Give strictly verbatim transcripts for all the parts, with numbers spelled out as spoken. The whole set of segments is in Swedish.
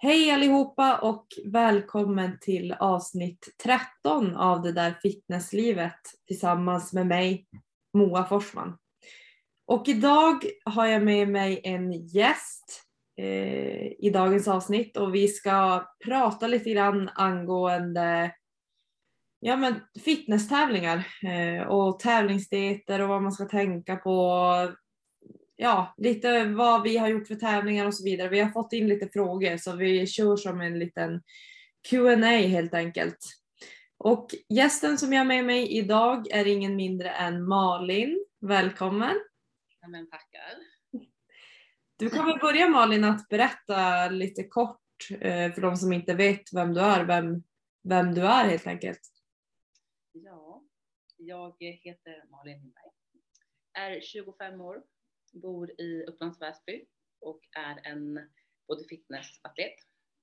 Hej allihopa och välkommen till avsnitt tretton av det där fitnesslivet tillsammans med mig, Moa Forsman. Och idag har jag med mig en gäst eh, i dagens avsnitt och vi ska prata lite grann angående ja, men fitnesstävlingar eh, och tävlingsdieter och vad man ska tänka på. Ja, lite vad vi har gjort för tävlingar och så vidare. Vi har fått in lite frågor så vi kör som en liten Q and A helt enkelt. Och gästen som jag har med mig idag är ingen mindre än Malin. Välkommen! Ja, men tackar. Du kan väl börja Malin att berätta lite kort för de som inte vet vem du är, vem, vem du är helt enkelt. Ja, jag heter Malin Lindberg, är tjugofem år, bor i Upplands Väsby och är en både fitnessatlet.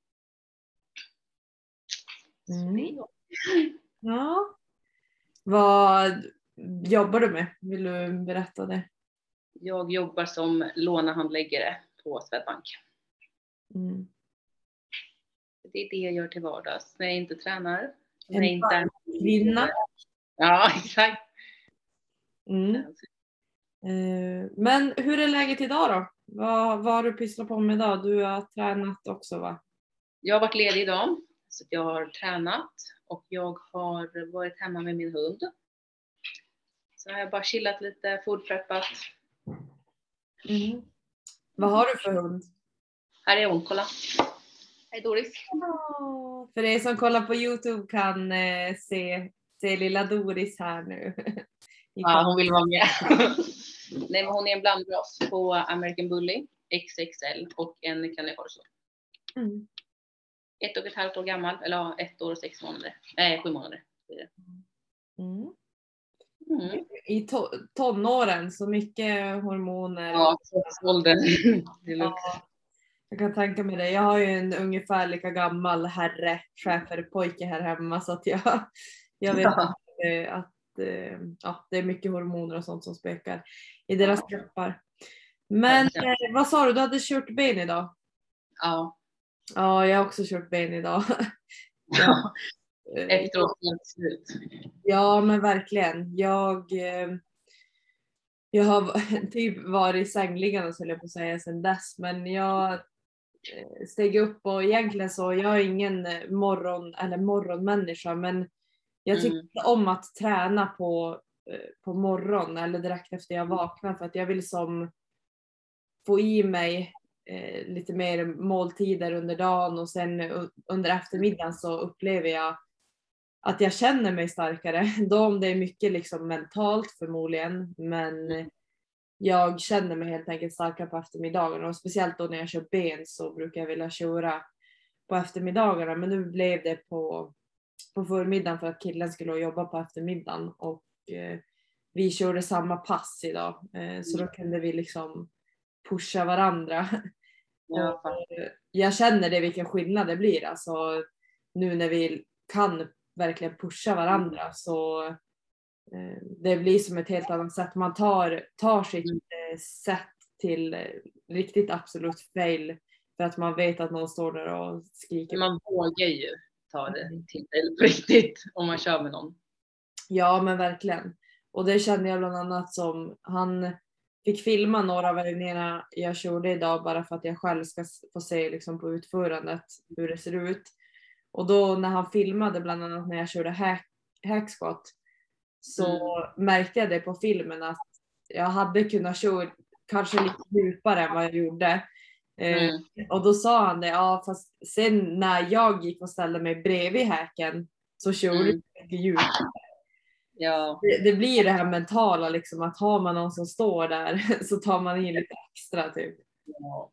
Mm. Det är jag. Ja. Vad jobbar du med? Vill du berätta det? Jag jobbar som lånehandläggare på Swedbank. Mm. Det är det jag gör till vardags när jag inte tränar. En när jag inte är kvinna. Ja, exakt. Mm. Men hur är läget idag då? Vad, vad har du pysslat på med idag? Du har tränat också va? Jag har varit ledig idag så jag har tränat och jag har varit hemma med min hund. Så har jag bara chillat lite, foodpreppat. Mm. Vad har du för hund? Här är hon, kolla. Hej Doris. Oh, för er som kollar på YouTube kan eh, se, se lilla Doris här nu. Ja, hon vill vara med. Nej, men hon är en blandras på American Bully X X L och en Cane Corso. Mm. Ett och ett halvt år gammal, eller ja, ett år och sex månader. Nej, sju månader. Mm. Mm. I to- tonåren, så mycket hormoner. Ja, åldern. Ja, jag kan tänka mig det. Jag har ju en ungefär lika gammal herre, schäferpojke här hemma så att jag, jag vet Ja. att ja, det är mycket hormoner och sånt som spökar i deras Ja. kroppar. Men eh, vad sa du? Du hade kört ben idag? Ja. Ja, jag har också kört ben idag. Ja. Efteråt helt slut. Ja, men verkligen. Jag, eh, jag har typ varit sängliggande så jag på att säga sedan dess. Men jag steg upp och egentligen så, jag är ingen morgon eller morgonmänniska, men jag tycker mm. om att träna på, på morgon eller direkt efter jag vaknar för att jag vill som få i mig eh, lite mer måltider under dagen och sen under eftermiddagen så upplever jag att jag känner mig starkare. Då om det är mycket liksom mentalt förmodligen, men mm. jag känner mig helt enkelt starkare på eftermiddagen och speciellt då när jag kör ben så brukar jag vilja köra på eftermiddagarna, men nu blev det på, på förmiddagen för att killen skulle jobba på eftermiddagen och eh, vi körde samma pass idag eh, så då kunde vi liksom pusha varandra. Ja, och, eh, jag känner det vilken skillnad det blir alltså nu när vi kan verkligen pusha varandra mm. så eh, det blir som ett helt annat sätt. Man tar, tar sitt eh, sätt till eh, riktigt absolut fail för att man vet att någon står där och skriker. Man vågar ju ta det till det på riktigt om man kör med någon. Ja, men verkligen. Och det kände jag bland annat som han fick filma några av övningarna jag körde idag bara för att jag själv ska få se liksom på utförandet hur det ser ut. Och då när han filmade bland annat när jag körde hack, hack squat så mm. märkte jag det på filmen att jag hade kunnat köra kanske lite djupare än vad jag gjorde. Mm. Eh, och då sa han det, ja fast sen när jag gick och ställde mig bredvid hacken så körde mm. jag mycket djupare. Ja. Det, det blir det här mentala liksom att har man någon som står där så tar man in lite extra typ. Ja.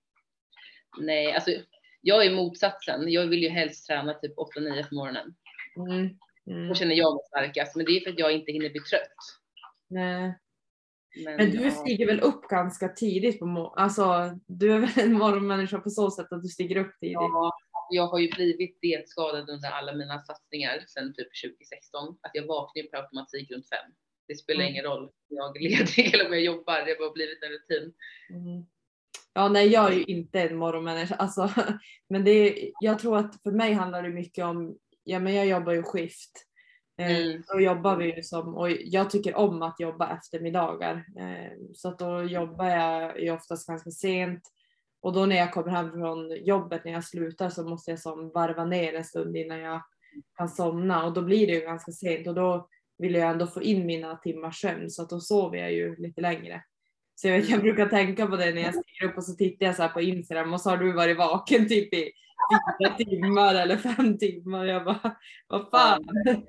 Nej, alltså jag är motsatsen. Jag vill ju helst träna typ åtta nio på morgonen. Mm. Mm. Då känner jag mig starkast, men det är för att jag inte hinner bli trött. Nej. Men, men du stiger ja. väl upp ganska tidigt på morgonen? Alltså, du är väl en morgonmänniska på så sätt att du stiger upp tidigt? Ja, jag har ju blivit delskadad under alla mina satsningar sedan typ tjugo sexton. Att jag vaknar på automatik runt fem. Det spelar mm. ingen roll om jag är ledig eller om jag jobbar. Det har bara blivit en rutin. Mm. Ja, nej, jag är ju inte en morgonmänniska. Alltså, men det är, jag tror att för mig handlar det mycket om, ja men jag jobbar ju skift. Eh, Mm. då jobbar vi ju som, och jag tycker om att jobba eftermiddagar. Eh, så att då jobbar jag ju oftast ganska sent. Och då när jag kommer hem från jobbet, när jag slutar, så måste jag som varva ner en stund innan jag kan somna. Och då blir det ju ganska sent och då vill jag ändå få in mina timmars sömn, så att då sover jag ju lite längre. Så jag, vet, jag brukar tänka på det när jag stiger upp och så tittar jag så här på Instagram och så har du varit vaken typ i fyra timmar eller fem timmar. Jag bara, vad fan.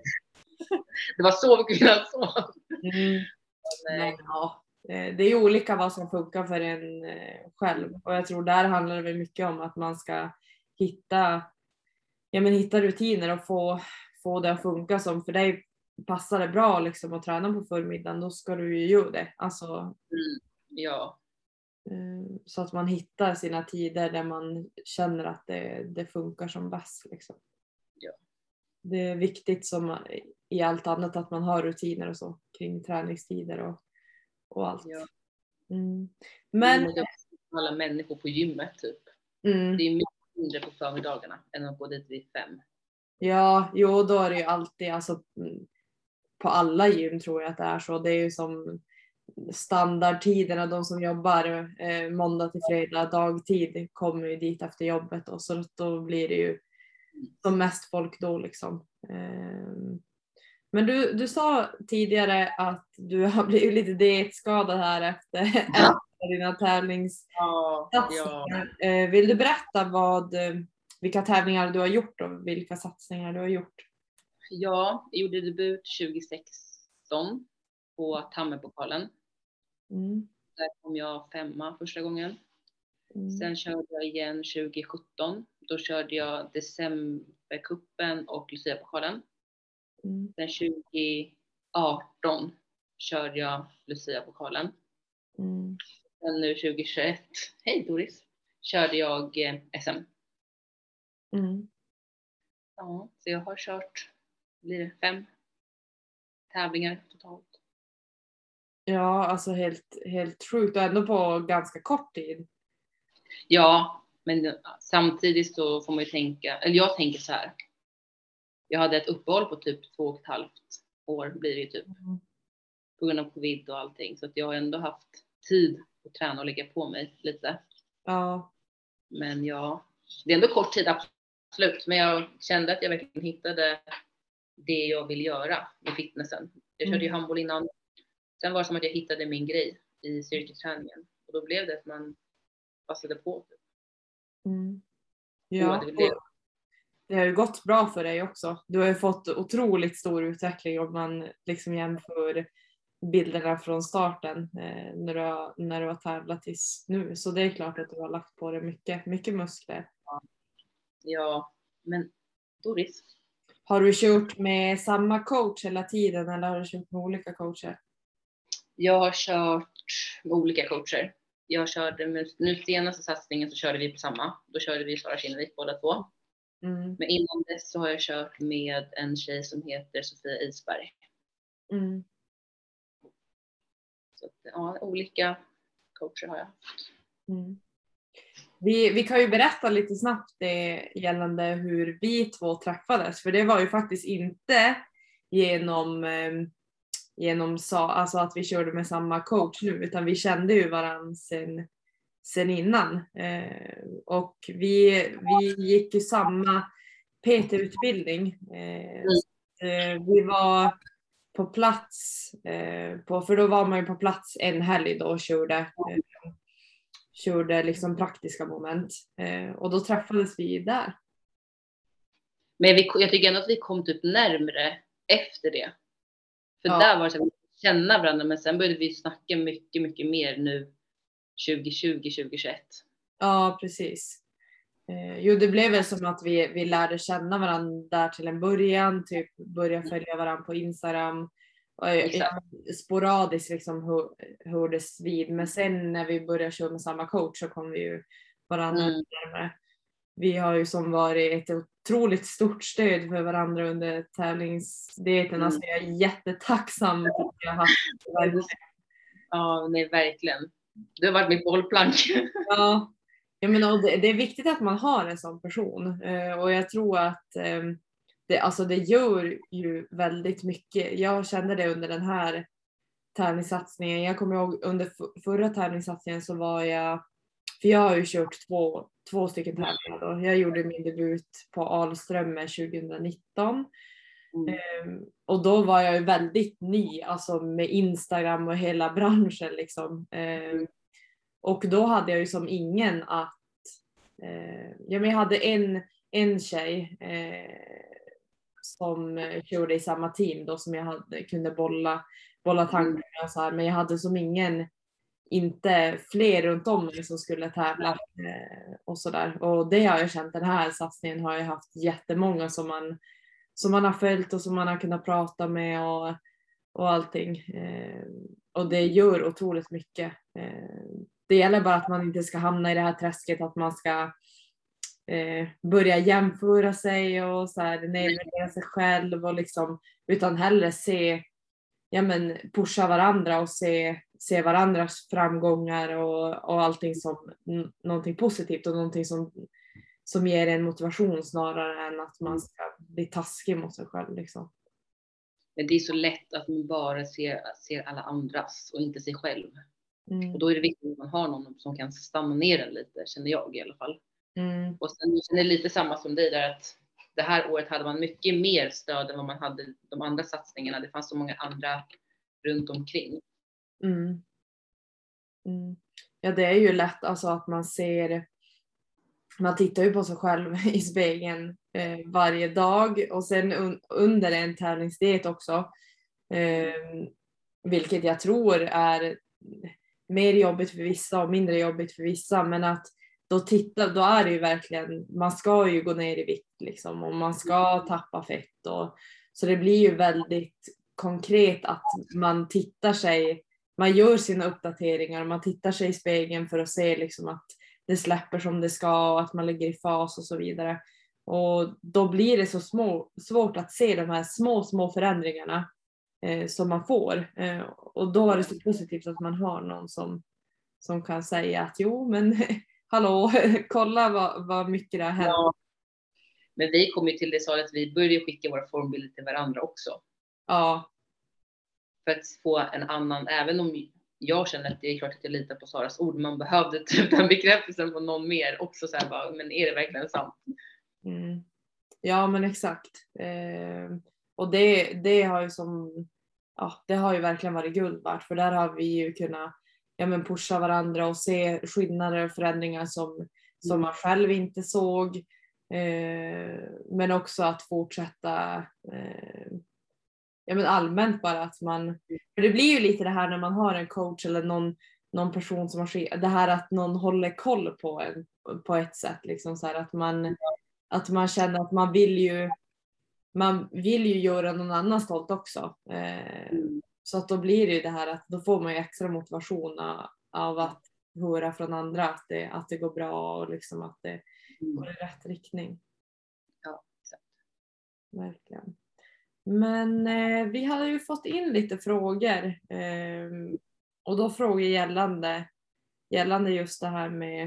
Det var så mycket jag sov. Mm. Men ja, det är olika vad som funkar för en själv. Och jag tror där handlar det väl mycket om att man ska hitta, ja, men hitta rutiner och få, få det att funka som för dig passar det bra liksom att träna på förmiddagen. Då ska du ju göra det. Alltså, Mm. Ja. Så att man hittar sina tider där man känner att det, det funkar som bäst. Liksom. Ja. Det är viktigt som i allt annat att man har rutiner och så kring träningstider och, och allt. Ja. Mm. Men alla människor på gymmet typ. Mm. Det är mycket mindre på förmiddagarna än att gå dit vid fem. Ja, jo då är det ju alltid alltså, på alla gym tror jag att det är så. Det är ju som standardtiderna, de som jobbar eh, måndag till fredag dagtid kommer ju dit efter jobbet och så då blir det ju som mest folk då liksom. Eh, men du, du sa tidigare att du har blivit lite dietskadad här efter, efter dina tävlingssatsningar. Ja, ja. Eh, vill du berätta vad, vilka tävlingar du har gjort och vilka satsningar du har gjort? Ja, jag gjorde debut tjugo sexton på Tammerpokalen. Mm. Där kom jag femma första gången. Mm. Sen körde jag igen tjugo sjutton. Då körde jag decemberkuppen och Lucia-pokalen. Mm. Sen tjugo arton körde jag Lucia-pokalen. Mm. Sen nu tjugo tjugoett, hej Doris, körde jag eh, S M. Mm. Ja, så jag har kört, blir det fem tävlingar totalt. Ja, alltså helt, helt sjukt och ändå på ganska kort tid. Ja, men samtidigt så får man ju tänka, eller jag tänker så här. Jag hade ett uppehåll på typ två och ett halvt år blir det ju typ. Mm. På grund av covid och allting. Så att jag har ändå haft tid att träna och lägga på mig lite. Ja. Men ja, det är ändå kort tid absolut. Men jag kände att jag verkligen hittade det jag vill göra med fitnessen. Jag körde mm. ju handboll innan. Sen var det som att jag hittade min grej i styrketräningen. Och då blev det att man passade på. Mm. Ja, det, blev... det har ju gått bra för dig också. Du har ju fått otroligt stor utveckling om man liksom jämför bilderna från starten eh, när, du har, när du har tävlat tills nu. Så det är klart att du har lagt på dig mycket, mycket muskler. Ja, ja, men Doris. Har du kört med samma coach hela tiden eller har du kört med olika coacher? Jag har kört med olika coacher. Jag körde med, nu senaste satsningen så körde vi på samma. Då körde vi Sara Kinnevik båda två. Mm. Men innan dess så har jag kört med en tjej som heter Sofia Isberg. Mm. Så att, ja, olika coacher har jag haft. Mm. Vi, vi kan ju berätta lite snabbt det gällande hur vi två träffades. För det var ju faktiskt inte genom, eh, genom alltså att vi körde med samma coach nu. Utan vi kände ju varandra sen, sen innan. Eh, och vi, vi gick ju samma P T-utbildning. Eh, mm. Vi var på plats, eh, på, för då var man ju på plats en helg då och körde, eh, körde liksom praktiska moment. Eh, och då träffades vi där. Men vi, jag tycker ändå att vi kom typ närmare efter det. För ja. Där var det så att vi kände varandra, men sen började vi snacka mycket, mycket mer nu tjugo tjugo tjugo tjugoett. Ja, precis. Eh, jo, det blev väl som att vi, vi lärde känna varandra där till en början, typ börja följa varandra på Instagram. Och, ja, sporadiskt liksom hördes vid, men sen när vi började köra med samma coach så kom vi ju varandra mm. närmare. Vi har ju som varit ett otroligt stort stöd för varandra under tävlingsdieten. Mm. Alltså jag är jättetacksam för att jag har haft det. Ja, nej, verkligen. Du har varit mitt bollplank. Ja, ja men och det, det är viktigt att man har en sån person. Eh, och jag tror att eh, det, alltså det gör ju väldigt mycket. Jag kände det under den här tävlingssatsningen. Jag kommer ihåg under f- förra tävlingssatsningen så var jag, för jag har ju kört två, två stycken tävlingar då. Jag gjorde min debut på Alströmer tjugonitton. Mm. Um, och då var jag ju väldigt ny, alltså med Instagram och hela branschen liksom. Um, Mm. och då hade jag ju som ingen att, uh, ja men jag hade en, en tjej uh, som körde i samma team då som jag hade, kunde bolla, bolla tankar med och så här, men jag hade som ingen, inte fler runt om mig som skulle tävla uh, och sådär. Och det har jag känt, den här satsningen har jag haft jättemånga som man som man har följt och som man har kunnat prata med och, och allting. Eh, och det gör otroligt mycket. Eh, det gäller bara att man inte ska hamna i det här träsket att man ska eh, börja jämföra sig och så här nedvärdera sig själv och liksom, utan hellre se, ja men pusha varandra och se, se varandras framgångar och, och allting som n- någonting positivt och någonting som som ger en motivation snarare än att man ska bli taskig mot sig själv liksom. Men det är så lätt att man bara ser, ser alla andras och inte sig själv. Mm. Och då är det viktigt att man har någon som kan stanna ner en lite, känner jag i alla fall. Mm. Och sen jag känner lite samma som dig där, att det här året hade man mycket mer stöd än vad man hade de andra satsningarna. Det fanns så många andra runt omkring. Mm. Mm. Ja, det är ju lätt alltså att man ser, man tittar ju på sig själv i spegeln eh, varje dag och sen un- under en tävlingsdiet också. Eh, vilket jag tror är mer jobbigt för vissa och mindre jobbigt för vissa, men att då titta, då är det ju verkligen, man ska ju gå ner i vikt liksom och man ska tappa fett och så det blir ju väldigt konkret att man tittar sig, man gör sina uppdateringar, man tittar sig i spegeln för att se liksom att det släpper som det ska och att man ligger i fas och så vidare. Och då blir det så små, svårt att se de här små, små förändringarna eh, som man får. Eh, och då är det så positivt att man har någon som, som kan säga att jo, men hallå, kolla vad, vad mycket det har hänt. Ja. Men vi kom ju till det så att vi började skicka våra formbilder till varandra också. Ja. För att få en annan, även om jag känner att det är klart att jag litar på Saras ord, man behövde typ den bekräftelsen på någon mer också så här bara, men är det verkligen sant? Mm. Ja men exakt. Eh, och det, det har ju som, ja det har ju verkligen varit guld värt, för där har vi ju kunnat ja, men pusha varandra och se skillnader och förändringar som, som man själv inte såg. Eh, men också att fortsätta eh, ja, men allmänt bara att man, för det blir ju lite det här när man har en coach eller någon, någon person som har det här att någon håller koll på en på ett sätt liksom så här att man att man känner att man vill ju man vill ju göra någon annan stolt också. Eh, Mm. så att då blir det ju det här att då får man ju extra motivation av att höra från andra att det, att det går bra och liksom att det Mm. går i rätt riktning. Ja, exakt. Verkligen. Men eh, vi hade ju fått in lite frågor eh, och då frågor gällande, gällande just det här med,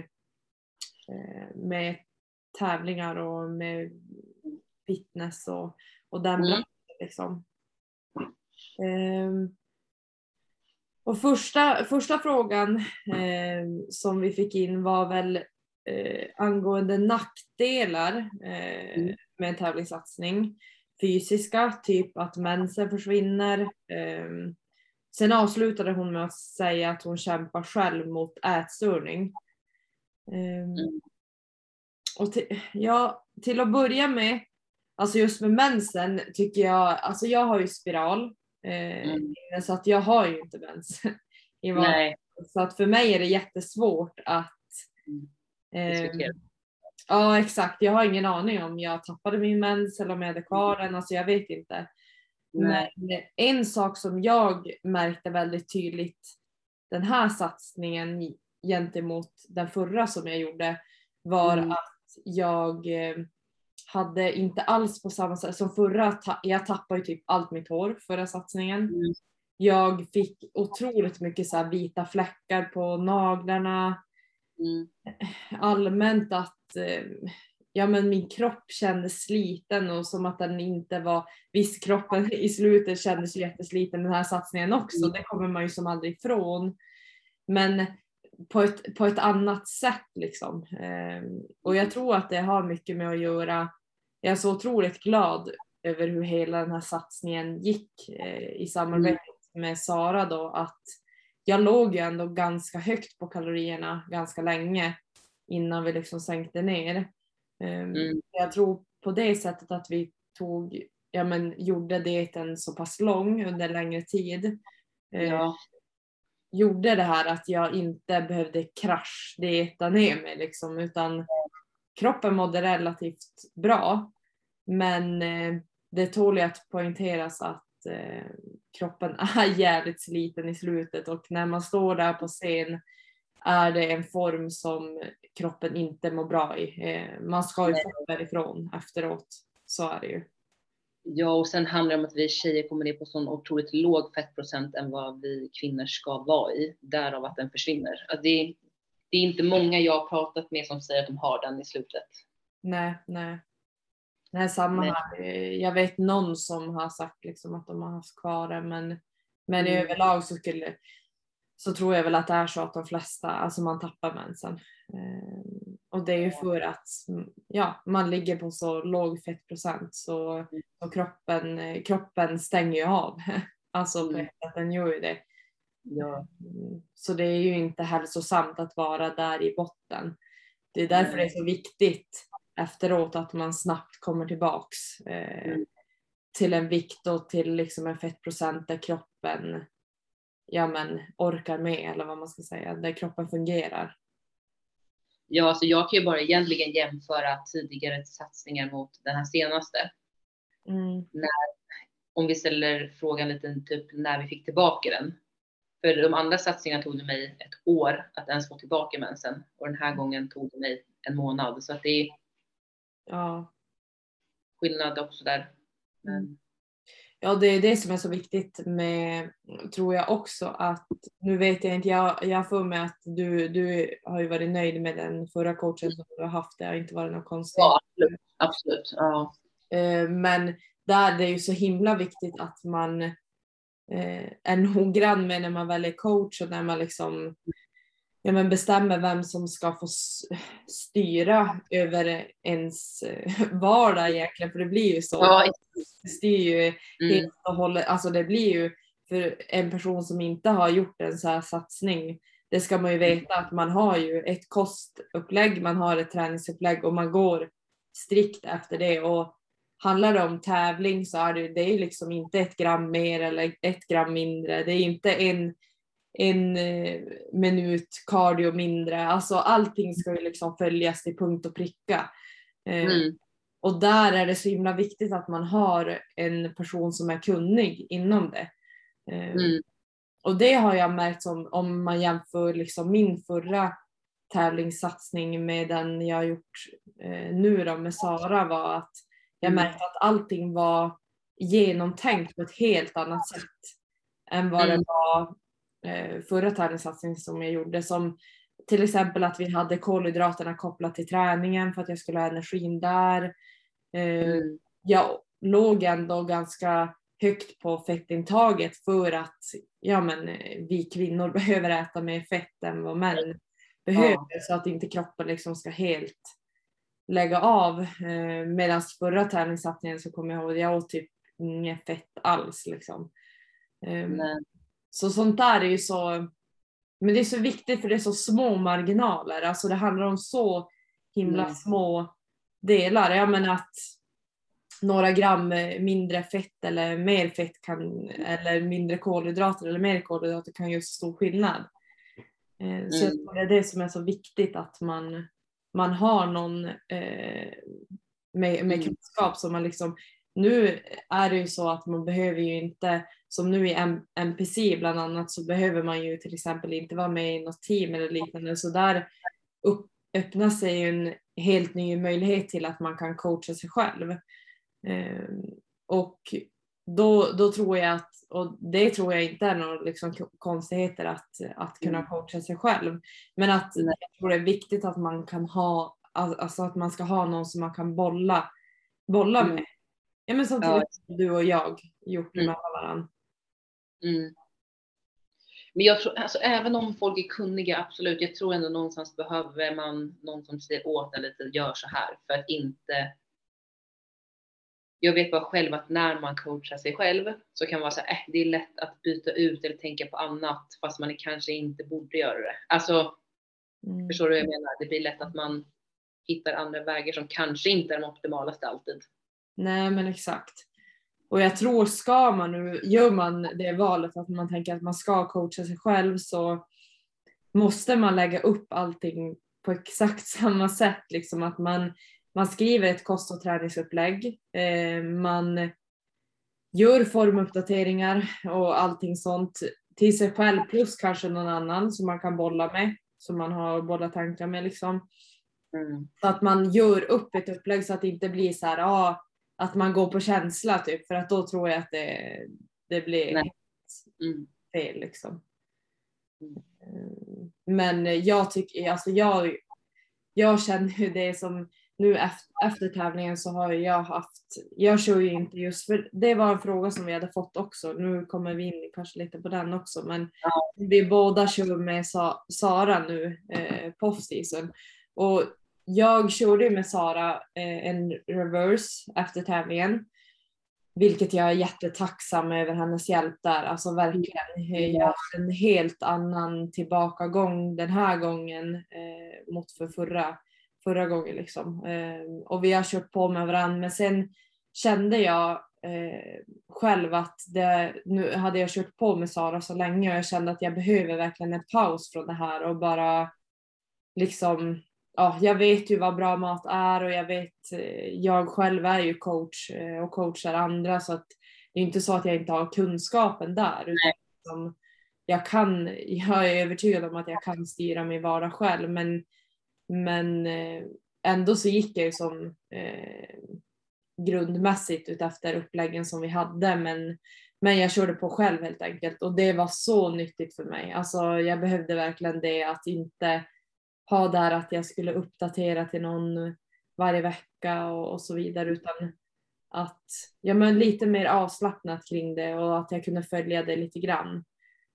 eh, med tävlingar och med fitness och, och den Mm. branschen liksom. Eh, och första, första frågan eh, som vi fick in var väl eh, angående nackdelar eh, Mm. med en tävlingssatsning. Fysiska, typ att mensen försvinner. Eh, sen avslutade hon med att säga att hon kämpar själv mot ätstörning. Eh, Mm. och till, ja, till att börja med, alltså just med mensen tycker jag, alltså jag har ju spiral. Eh, Mm. så att jag har ju inte mens. I Nej. så att för mig är det jättesvårt att Mm. eh, ja exakt, jag har ingen aning om jag tappade min mens eller om jag hade kvar den, alltså jag vet inte. Nej. Men en sak som jag märkte väldigt tydligt den här satsningen gentemot den förra som jag gjorde var Mm. att jag eh, hade inte alls på samma sätt som förra, ta- jag tappade ju typ allt mitt hår förra satsningen. Mm. jag fick otroligt mycket så här vita fläckar på naglarna. Mm. Allmänt att eh, ja, men min kropp kändes sliten och som att den inte var, viss kroppen i slutet kändes jättesliten den här satsningen också, det kommer man ju som aldrig ifrån, men på ett, på ett annat sätt liksom. Eh, och jag tror att det har mycket med att göra, jag är så otroligt glad över hur hela den här satsningen gick eh, i samarbete med Sara då, att jag låg ju ändå ganska högt på kalorierna ganska länge innan vi liksom sänkte ner. Mm. Jag tror på det sättet att vi tog, ja men gjorde dieten så pass lång under längre tid. Ja. Gjorde det här att jag inte behövde kraschdieta ner mig liksom, utan kroppen mådde relativt bra. Men eh, det tål ju att poängteras att eh, kroppen är jävligt sliten i slutet, och när man står där på scen är det en form som kroppen inte mår bra i. Eh, man ska ju få därifrån efteråt, så är det ju. Ja, och sen handlar det om att vi tjejer kommer ner på sån otroligt låg fettprocent än vad vi kvinnor ska vara i, därav att den försvinner. Att det, det är inte många jag har pratat med som säger att de har den i slutet. Nej, nej. Nej, samma Nej. här. Jag vet någon som har sagt liksom att de har haft kvar det, men, men Mm. överlag så, skulle, så tror jag väl att det är så att de flesta, alltså man tappar mensen. Eh, och det är ju för att ja, man ligger på så låg fettprocent, så, så kroppen, kroppen stänger ju av. Alltså på ett sätt, den gör ju det. Ja. Så det är ju inte hälsosamt att vara där i botten. Det är därför mm. det är så viktigt efteråt att man snabbt kommer tillbaks eh, mm. till en vikt och till liksom en fettprocent där kroppen ja, men, orkar med, eller vad man ska säga, där kroppen fungerar. Ja, alltså jag kan ju bara egentligen jämföra tidigare satsningar mot den här senaste. Mm. När, om vi ställer frågan lite typ när vi fick tillbaka den. För de andra satsningarna tog det mig ett år att ens få tillbaka mensen. Och den här gången tog det mig en månad. Så att det är ja. skillnad också där. Men... Mm. Ja, det är det som är så viktigt med, tror jag också, att nu vet jag inte, jag, jag får med att du, du har ju varit nöjd med den förra coachen som du har haft, det har inte varit något konstigt. Ja, absolut. absolut. Ja. Men där det är ju så himla viktigt att man är noggrann med när man väljer coach och när man liksom ja, men bestämmer vem som ska få styra över ens vardag egentligen, för det blir ju så. Ja. Det styr ju Mm. helt och hållet, alltså det blir ju för en person som inte har gjort en så här satsning, det ska man ju veta att man har ju ett kostupplägg, man har ett träningsupplägg och man går strikt efter det, och handlar det om tävling så är det, det är liksom inte ett gram mer eller ett gram mindre, det är inte en en minut cardio mindre, alltså allting ska ju liksom följas till punkt och pricka. Mm. Och där är det så himla viktigt att man har en person som är kunnig inom det. Mm. Och det har jag märkt som, om man jämför liksom min förra tävlingssatsning med den jag har gjort eh, nu då med Sara, var att jag märkte att allting var genomtänkt på ett helt annat sätt än vad det var eh, förra tävlingssatsningen som jag gjorde. Som till exempel att vi hade kolhydraterna kopplat till träningen för att jag skulle ha energin där. Eh, Mm. Jag låg ändå ganska högt på fettintaget för att ja, men, vi kvinnor behöver äta mer fett än vad män behöver, ja. Så att inte kroppen liksom ska helt lägga av. Eh, Medan förra tävlingssatsningen så kommer jag ihåg att jag åt typ inget fett alls. Liksom. Eh, så sånt där är ju så, men det är så viktigt för det är så små marginaler. Alltså det handlar om så himla mm. små delar. Jag menar att några gram mindre fett eller mer fett kan, eller mindre kolhydrater eller mer kolhydrater kan göra så stor skillnad. Mm. Så jag tror det är det som är så viktigt, att man, man har någon eh, med, med kunskap som man liksom, nu är det ju så att man behöver ju inte, som nu i M P C bland annat, så behöver man ju till exempel inte vara med i något team eller liknande, så där upp, öppnar sig ju en helt ny möjlighet till att man kan coacha sig själv. Och då, då tror jag att, och det tror jag inte är några liksom konstigheter att, att kunna Mm. coacha sig själv. Men att Nej. jag tror det är viktigt att man kan ha, alltså att man ska ha någon som man kan bolla, bolla Mm. med. Ja, men som till Ja. exempel du och jag gjort Mm. med varandra. Mm. Men jag tror, alltså även om folk är kunniga, absolut, jag tror ändå någonstans behöver man någon som säger åt en lite, gör så här, för att inte. Jag vet bara själv att när man coachar sig själv så kan man vara så här, äh, det är lätt att byta ut eller tänka på annat fast man kanske inte borde göra det. Alltså, Mm. förstår du vad jag menar? Det blir lätt att man hittar andra vägar som kanske inte är de optimalaste alltid. Nej, men exakt. Och jag tror, ska man nu, gör man det valet att man tänker att man ska coacha sig själv, så måste man lägga upp allting på exakt samma sätt. Liksom att man, man skriver ett kost- och träningsupplägg. Eh, man gör formuppdateringar och allting sånt till sig själv plus kanske någon annan som man kan bolla med. Som man har båda tankar med liksom. Mm. Så att man gör upp ett upplägg så att det inte blir så här, ah, att man går på känsla typ. För att då tror jag att det, det blir mm. fel liksom. Mm. Men jag tycker, alltså jag, jag känner ju det som nu efter, efter tävlingen så har jag haft, jag kör ju inte just, för det var en fråga som vi hade fått också, nu kommer vi in kanske lite på den också, men Ja. vi båda kör med Sa, Sara nu eh, på off-season, och jag körde med Sara eh, en reverse efter tävlingen, vilket jag är jättetacksam över hennes hjälp där. Alltså verkligen. Jag har haft en helt annan tillbakagång den här gången eh, mot för förra, förra gången. Liksom. Eh, och vi har kört på med varandra. Men sen kände jag eh, själv att det, nu hade jag kört på med Sara så länge och jag kände att jag behöver verkligen en paus från det här och bara liksom. Ja, jag vet ju vad bra mat är och jag vet, jag själv är ju coach och coachar andra, så att det är inte så att jag inte har kunskapen där, utan liksom, jag kan, jag är övertygad om att jag kan styra min vardag själv, men, men ändå så gick jag ju som eh, grundmässigt ut efter uppläggen som vi hade, men, men jag körde på själv helt enkelt och det var så nyttigt för mig. Alltså jag behövde verkligen det, att inte ha där att jag skulle uppdatera till någon varje vecka och, och så vidare, utan att ja, men lite mer avslappnat kring det och att jag kunde följa det lite grann.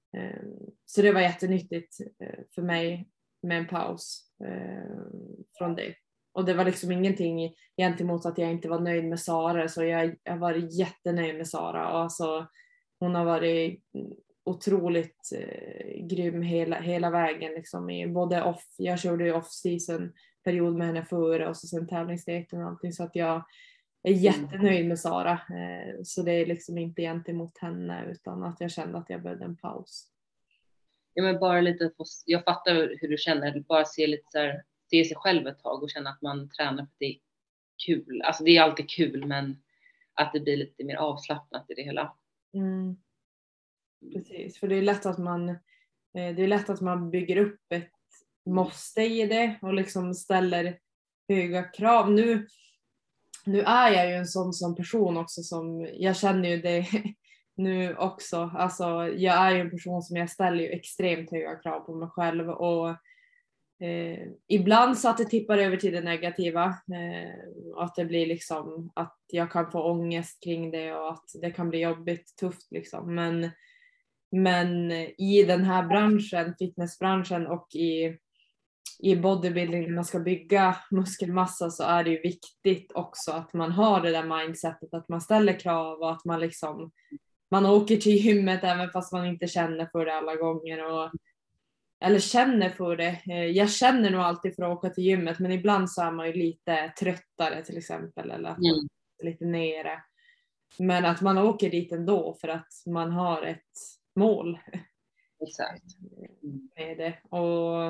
Så det var jättenyttigt för mig med en paus från det. Och det var liksom ingenting gentemot att jag inte var nöjd med Sara, så jag har varit jättenöjd med Sara, och alltså hon har varit otroligt eh, grym hela, hela vägen liksom, i både off, jag körde ju off-season period med henne före och så sen tävlingsdejten och allting, så att jag är jättenöjd med Sara, eh, så det är liksom inte gentemot henne utan att jag kände att jag behövde en paus. Ja, men bara lite, jag fattar hur du känner, bara se lite så här, se sig själv ett tag och känna att man tränar för det är kul, alltså det är alltid kul, men att det blir lite mer avslappnat i det hela. Mm. Precis, för det är lätt att man det är lätt att man bygger upp ett måste i det och liksom ställer höga krav. Nu, nu är jag ju en sån som person också, som jag känner ju det nu också. Alltså jag är ju en person som jag ställer ju extremt höga krav på mig själv, och eh, ibland så att det tippar över till det negativa, eh, att det blir liksom att jag kan få ångest kring det och att det kan bli jobbigt, tufft liksom, men Men i den här branschen, fitnessbranschen, och i, i bodybuilding när man ska bygga muskelmassa, så är det ju viktigt också att man har det där mindsetet, att man ställer krav och att man liksom man åker till gymmet även fast man inte känner för det alla gånger, och, eller känner för det. Jag känner nog alltid för att åka till gymmet, men ibland så är man ju lite tröttare till exempel, eller att man Mm. är lite nere. Men att man åker dit ändå för att man har ett mål. Exakt. Med det. Och,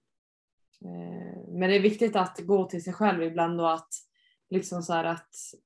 eh, men det är viktigt att gå till sig själv ibland, och att liksom så här att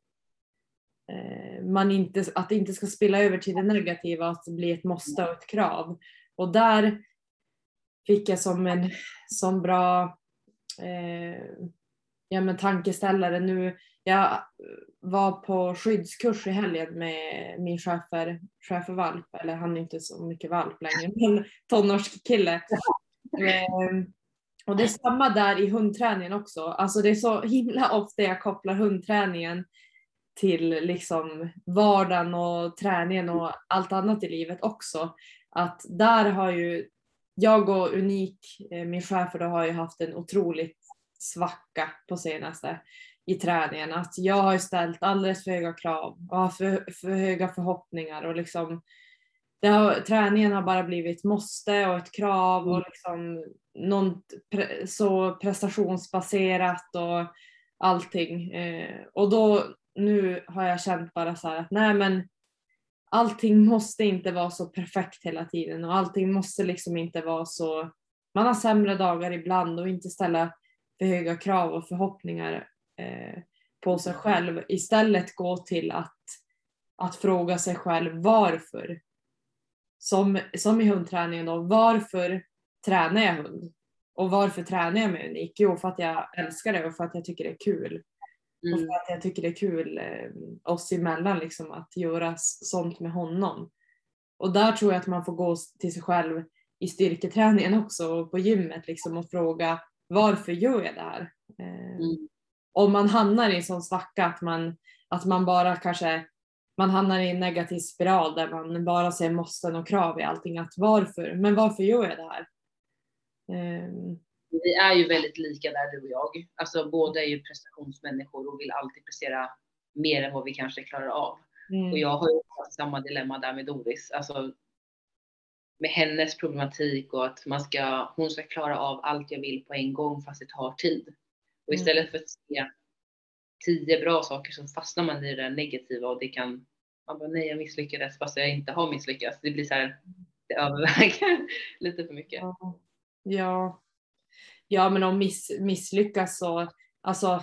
eh, man inte, att det inte ska spilla över till det negativa, att det blir ett måste och ett krav. Och där fick jag som en som bra eh, ja, men tankeställare nu. jag var på skyddskurs i helgen med min schäfer, schäfervalp, eller han är inte så mycket valp längre, men tonårskille. Ehm, och det är samma där i hundträningen också. Alltså det är så himla ofta jag kopplar hundträningen till liksom vardagen och träningen och allt annat i livet också. Att där har ju jag och Unik, min schäfer, då har ju haft en otroligt svacka på senaste i träningen. Att jag har ställt alldeles för höga krav och har för, för höga förhoppningar och liksom det har, träningen har bara blivit måste och ett krav och liksom något pre, så prestationsbaserat och allting. Eh, och då nu har jag känt bara så här att nej men allting måste inte vara så perfekt hela tiden och allting måste liksom inte vara så, man har sämre dagar ibland och inte ställa för höga krav och förhoppningar eh, på sig själv. Istället gå till att, att fråga sig själv varför. Som, som i hundträningen då, varför tränar jag hund? Och varför tränar jag med Unik? Jo, för att jag älskar det och för att jag tycker det är kul. Mm. Och för att jag tycker det är kul eh, oss emellan liksom, att göra sånt med honom. Och där tror jag att man får gå till sig själv i styrketräningen också och på gymmet liksom, och fråga varför gör jag det här? Eh, mm. Om man hamnar i en sån svacka att man, att man bara kanske man hamnar i en negativ spiral där man bara ser måsten och krav i allting. Att varför? Men varför gör jag det här? Um. Vi är ju väldigt lika där, du och jag. Alltså båda är ju prestationsmänniskor och vill alltid prestera mer än vad vi kanske klarar av. Mm. Och jag har ju samma dilemma där med Doris. Alltså med hennes problematik och att man ska, hon ska klara av allt jag vill på en gång fast det tar tid. Och istället mm. för att se tio bra saker så fastnar man i det negativa och det kan, man bara nej jag misslyckades fast jag inte har misslyckats. Det blir så här, det överväger lite för mycket. Ja, ja men om miss, misslyckas så, alltså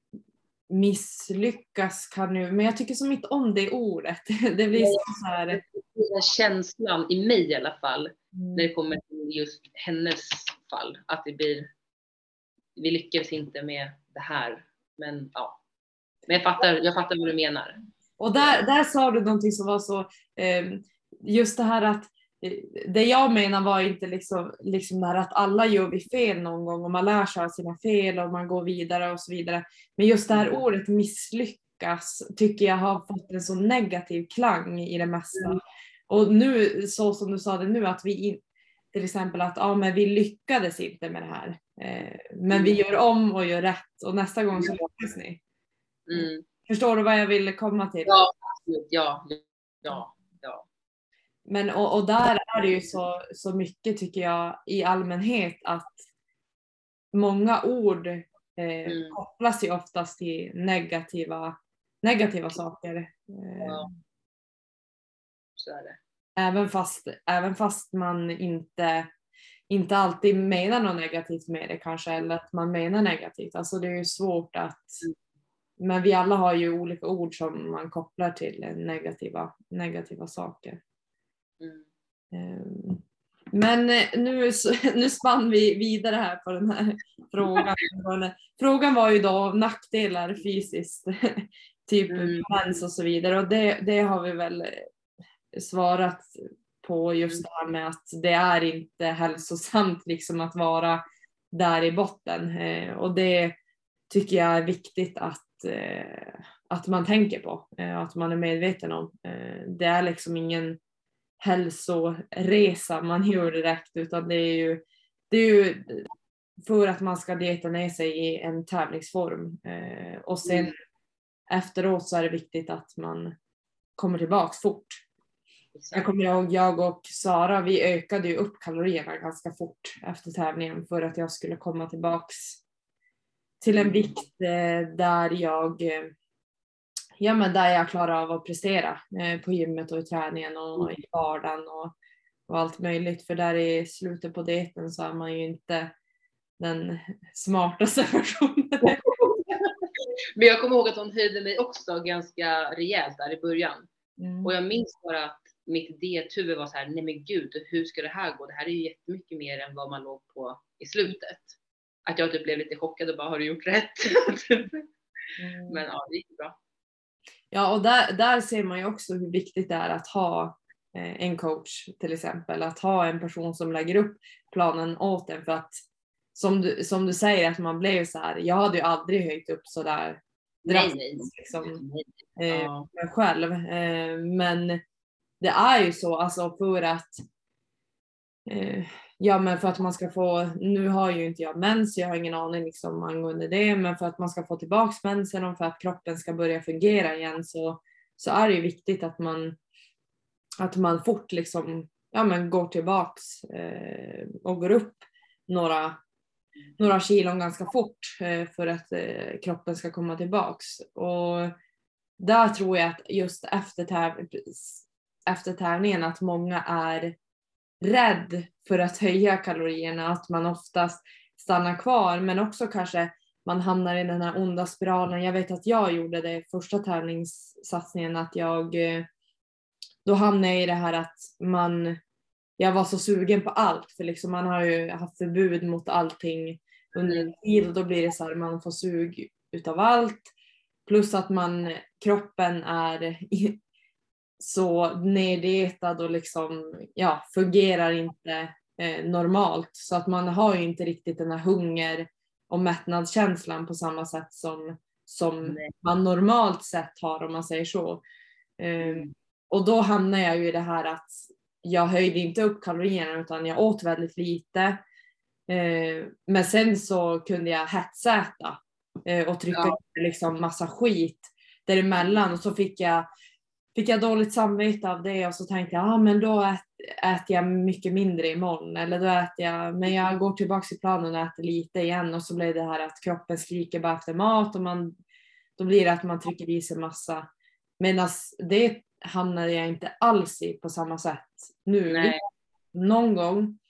misslyckas kan ju, men jag tycker så mycket om det ordet. Det blir så här. Den känslan i mig i alla fall, mm. när det kommer till just hennes fall, att det blir, vi lyckas inte med det här, men ja. Men jag fattar, jag fattar vad du menar. Och där, där sa du någonting som var så, eh, just det här att, det jag menar var inte liksom, liksom det här att alla gör vi fel någon gång och man lär sig av sina fel och man går vidare och så vidare. Men just det här ordet misslyckas tycker jag har fått en så negativ klang i det mesta. Mm. Och nu, så som du sa det nu, att vi till exempel att ja, men vi lyckades inte med det här. Eh, men mm. vi gör om och gör rätt och nästa gång så lyckas ni. Mm. Förstår du vad jag ville komma till? Ja, absolut. Ja, ja, ja. Men och, och där är det ju så, så mycket tycker jag i allmänhet att många ord eh, mm. kopplas ju oftast till negativa, negativa saker. Eh, ja. Så är det. Även fast, även fast man inte, inte alltid menar något negativt med det kanske, eller att man menar negativt. Alltså det är ju svårt att mm. Men vi alla har ju olika ord som man kopplar till negativa, negativa saker. Mm. Men nu, nu spann vi vidare här på den här frågan. Frågan var ju då nackdelar fysiskt, typ mm. mens och så vidare. Och det, det har vi väl svarat på, just det här med att det är inte hälsosamt liksom att vara där i botten. Och det tycker jag är viktigt att att man tänker på, att man är medveten om. Det är liksom ingen hälsoresa man gör direkt, utan det är ju, det är ju för att man ska dieta ner sig i en tävlingsform. Och sen mm. efteråt så är det viktigt att man kommer tillbaks fort. Jag kommer ihåg, jag och Sara, vi ökade ju upp kalorierna ganska fort efter tävlingen för att jag skulle komma tillbaks till en vikt där jag, ja, men där jag klarar av att prestera på gymmet och i träningen och i vardagen och, och allt möjligt. För där i slutet på dieten så är man ju inte den smartaste personen. Men jag kommer ihåg att hon höjde mig också ganska rejält där i början. Mm. Och jag minns bara att mitt diethuvud var så här, nej men gud, hur ska det här gå? Det här är ju jättemycket mer än vad man låg på i slutet. Att jag typ blev lite chockad och bara, har du gjort rätt? Mm. Men ja, det gick bra. Ja, och där, där ser man ju också hur viktigt det är att ha eh, en coach till exempel. Att ha en person som lägger upp planen åt en. För att som du, som du säger, att man blev så här, jag hade ju aldrig höjt upp så där Nej, nej. drastiskt liksom, nej. eh, Ja. mig själv. Eh, men det är ju så, alltså för att eh, ja, men för att man ska få, nu har ju inte jag mens, jag har ingen aning liksom angående det, men för att man ska få tillbaks mensen och för att kroppen ska börja fungera igen så, så är det ju viktigt att man, att man fort liksom, ja men går tillbaks eh, och går upp några, några kilon ganska fort eh, för att eh, kroppen ska komma tillbaks. Och där tror jag att just efter, täv- efter tävlingen att många är rädd för att höja kalorierna, att man oftast stannar kvar, men också kanske man hamnar i den här onda spiralen. Jag vet att jag gjorde det första tävlingssatsningen, att jag då hamnade jag i det här att man, jag var så sugen på allt, för liksom man har ju haft förbud mot allting under en tid och då blir det så här, man får sug utav allt, plus att man, kroppen är så neddietad och liksom, ja, fungerar inte eh, normalt. Så att man har ju inte riktigt den här hunger och mättnadskänslan på samma sätt som, som man normalt sett har, om man säger så. Eh, Mm. och då hamnar jag ju i det här att jag höjde inte upp kalorierna utan jag åt väldigt lite. Eh, men sen så kunde jag hetsäta eh, och trycka Ja. liksom massa skit däremellan, och så fick jag Fick jag dåligt samvete av det och så tänkte jag, ah, men då ät, äter jag mycket mindre imorgon. Eller då äter jag, men jag går tillbaka till planen och äter lite igen. Och så blir det här att kroppen skriker bara efter mat och man, då blir det att man trycker i sig massa. Medan det hamnade jag inte alls i på samma sätt nu. Nej. Någon gång,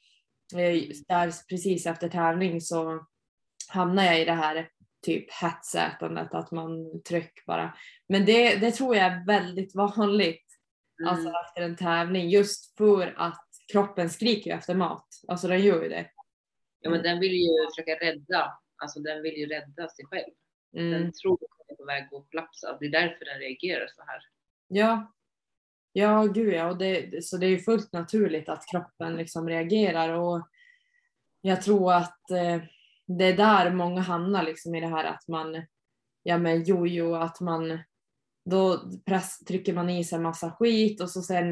där precis efter tävling, så hamnar jag i det här typ hetsätandet, att man tryck bara. Men det, det tror jag är väldigt vanligt Mm. alltså efter en tävling, just för att kroppen skriker efter mat. Alltså den gör ju det. Ja, men den vill ju försöka rädda, alltså den vill ju rädda sig själv. Mm. Den tror att den är på väg att kollapsa. Det är därför den reagerar så här. Ja. Ja, gud ja. Och det, så det är ju fullt naturligt att kroppen liksom reagerar, och jag tror att eh, det är där många hamnar liksom i det här att man, ja men jojo, att man då press, trycker man i sig massa skit och så sen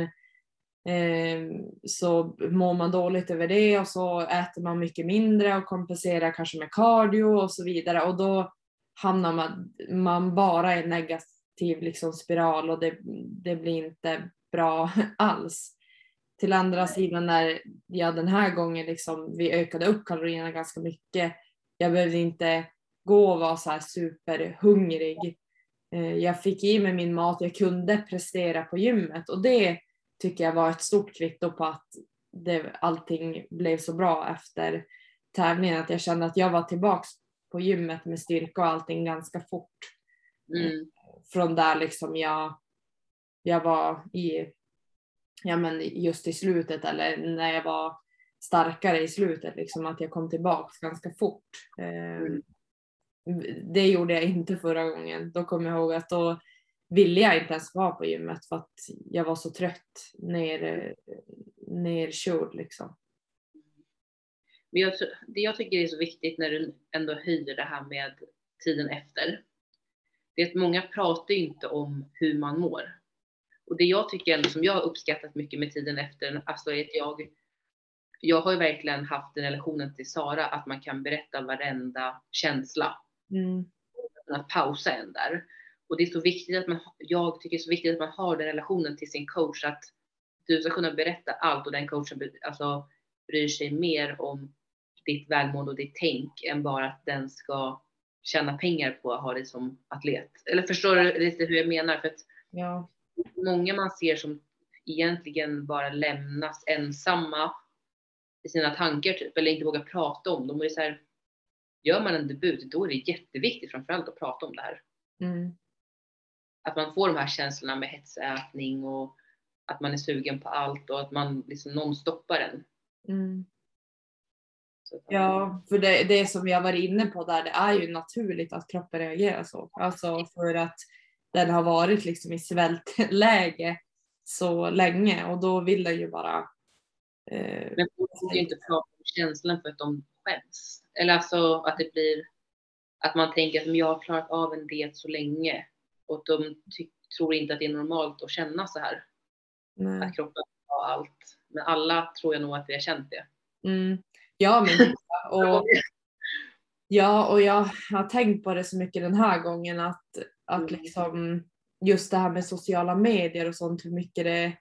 eh, så mår man dåligt över det och så äter man mycket mindre och kompenserar kanske med cardio och så vidare, och då hamnar man, man bara i en negativ liksom spiral, och det, det blir inte bra alls. Till andra sidan, när jag den här gången liksom, vi ökade upp kalorierna ganska mycket, jag behövde inte gå och vara så här superhungrig. Jag fick i mig min mat, jag kunde prestera på gymmet, och det tycker jag var ett stort kvitto på att det, allting blev så bra efter tävlingen, att jag kände att jag var tillbaks på gymmet med styrka och allting ganska fort. Mm. Från där liksom jag, jag var i, ja men just i slutet, eller när jag var starkare i slutet, liksom att jag kom tillbaks ganska fort. Mm. Det gjorde jag inte förra gången. Då kom jag ihåg att då ville jag inte ens vara på gymmet för att jag var så trött, ner, nerkörd liksom. Men jag, det jag tycker är så viktigt när du ändå höjer det här med tiden efter, det är att många pratar inte om hur man mår. Och det jag tycker ändå som jag har uppskattat mycket med tiden efter, alltså är att jag, jag har ju verkligen haft den relationen till Sara, att man kan berätta varenda känsla. Mm. Att pausa en där. Och det är så viktigt att man, jag tycker det är så viktigt att man har den relationen till sin coach, att du ska kunna berätta allt och den coachen alltså, bryr sig mer om ditt välmående och ditt tänk än bara att den ska tjäna pengar på att ha dig som atlet. Eller förstår du lite hur jag menar? För att Ja. många man ser som egentligen bara lämnas ensamma i sina tankar typ, eller inte vågar prata om dem. Och det är så här, gör man en debut, då är det jätteviktigt framförallt att prata om det här. Mm. Att man får de här känslorna med hetsätning och att man är sugen på allt och att man liksom, någon stoppar en. Mm. Så, Ja, för det, det som jag var inne på där, det är ju naturligt att kroppen reagerar så. Alltså för att den har varit liksom i svältläge så länge och då vill den ju bara... Eh, men folk får ju inte prata om känslan för att de skäms. Eller alltså att det blir, att man tänker att jag har klarat av en diet så länge och de ty- tror inte att det är normalt att känna så här. nej. Att kroppen har allt. Men alla tror jag nog att vi har känt det. Mm. Ja, men och, ja, och jag har tänkt på det så mycket den här gången att, att liksom just det här med sociala medier och sånt, hur mycket det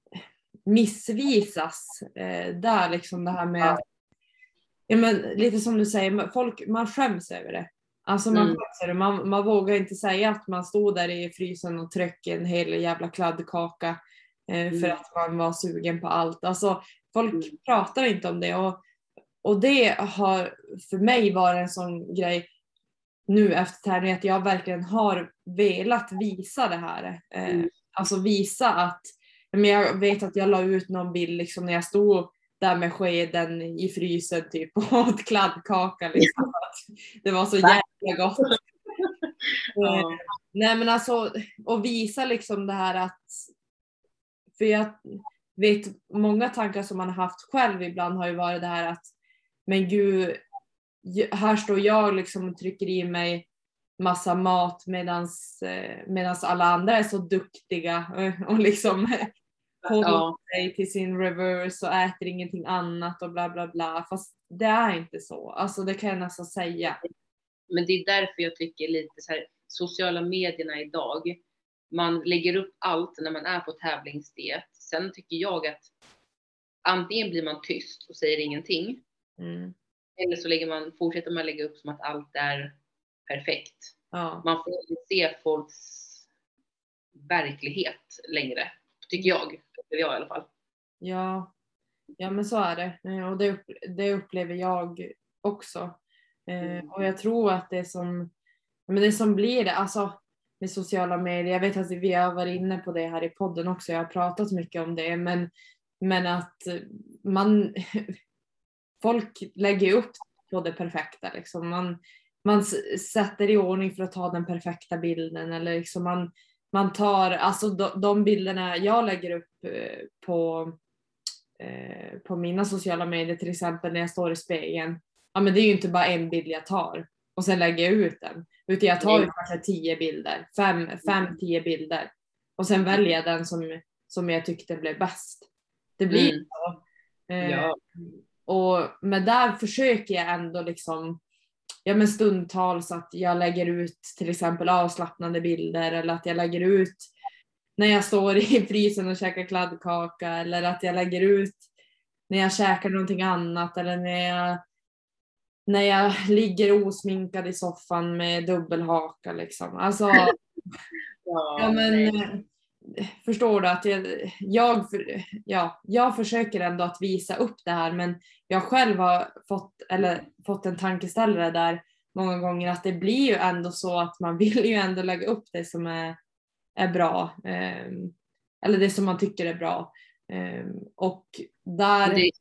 missvisas eh, där liksom det här med att, ja, men lite som du säger, folk, man skäms över det. Alltså man, Mm. skäms över det. Man, man vågar inte säga att man stod där i frysen och tryck en hel jävla kladdkaka eh, för Mm. att man var sugen på allt. Alltså folk Mm. pratar inte om det och, och det har för mig varit en sån grej nu efter tävlingen att jag verkligen har velat visa det här. Eh, Mm. Alltså visa att, men jag vet att jag la ut någon bild liksom när jag stod där med skeden i frysen typ och åt kladdkaka liksom. Att det var så jävla gott. Ja. Eh, nej men alltså, och visa liksom det här att, för jag vet många tankar som man har haft själv ibland har ju varit det här att, men gud, här står jag liksom och trycker i mig massa mat medans, medans alla andra är så duktiga och liksom håller Ja. sig till sin reverse och äter ingenting annat och bla bla bla. Fast det är inte så. Alltså det kan jag nästan säga. Men det är därför jag tycker lite så här, sociala medierna idag, man lägger upp allt när man är på tävlingsdiet. Sen tycker jag att antingen blir man tyst och säger ingenting. Mm. Eller så lägger man, fortsätter man lägga upp som att allt är perfekt. Ja. Man får inte se folks verklighet längre, tycker jag. Tycker jag i alla fall. Ja. Ja men så är det. Och det, det upplever jag också. Mm. Och jag tror att det som, men det som blir det, alltså med sociala medier, jag vet att vi har varit inne på det här i podden också, jag har pratat mycket om det, men, men att man, folk lägger upp på det perfekta liksom. Man, man sätter i ordning för att ta den perfekta bilden eller liksom man, man tar, alltså de, de bilderna jag lägger upp på på mina sociala medier, till exempel när jag står i spegeln, ja men det är ju inte bara en bild jag tar och sen lägger jag ut den, utan jag tar ju kanske tio bilder, fem, fem, tio bilder och sen väljer jag den som, som jag tyckte blev bäst. Det blir Mm. så. Ja. Eh, och, men där försöker jag ändå liksom, ja men stundtals att jag lägger ut till exempel avslappnande bilder eller att jag lägger ut när jag står i frysen och käkar kladdkaka eller att jag lägger ut när jag käkar någonting annat eller när jag, när jag ligger osminkad i soffan med dubbelhaka liksom. Alltså, Ja, ja men nej. förstår du att jag, jag, ja, jag försöker ändå att visa upp det här men jag själv har fått, eller fått en tankeställare där många gånger att det blir ju ändå så att man vill ju ändå lägga upp det som är är bra. Eh, eller det som man tycker är bra. Eh, och där, Det,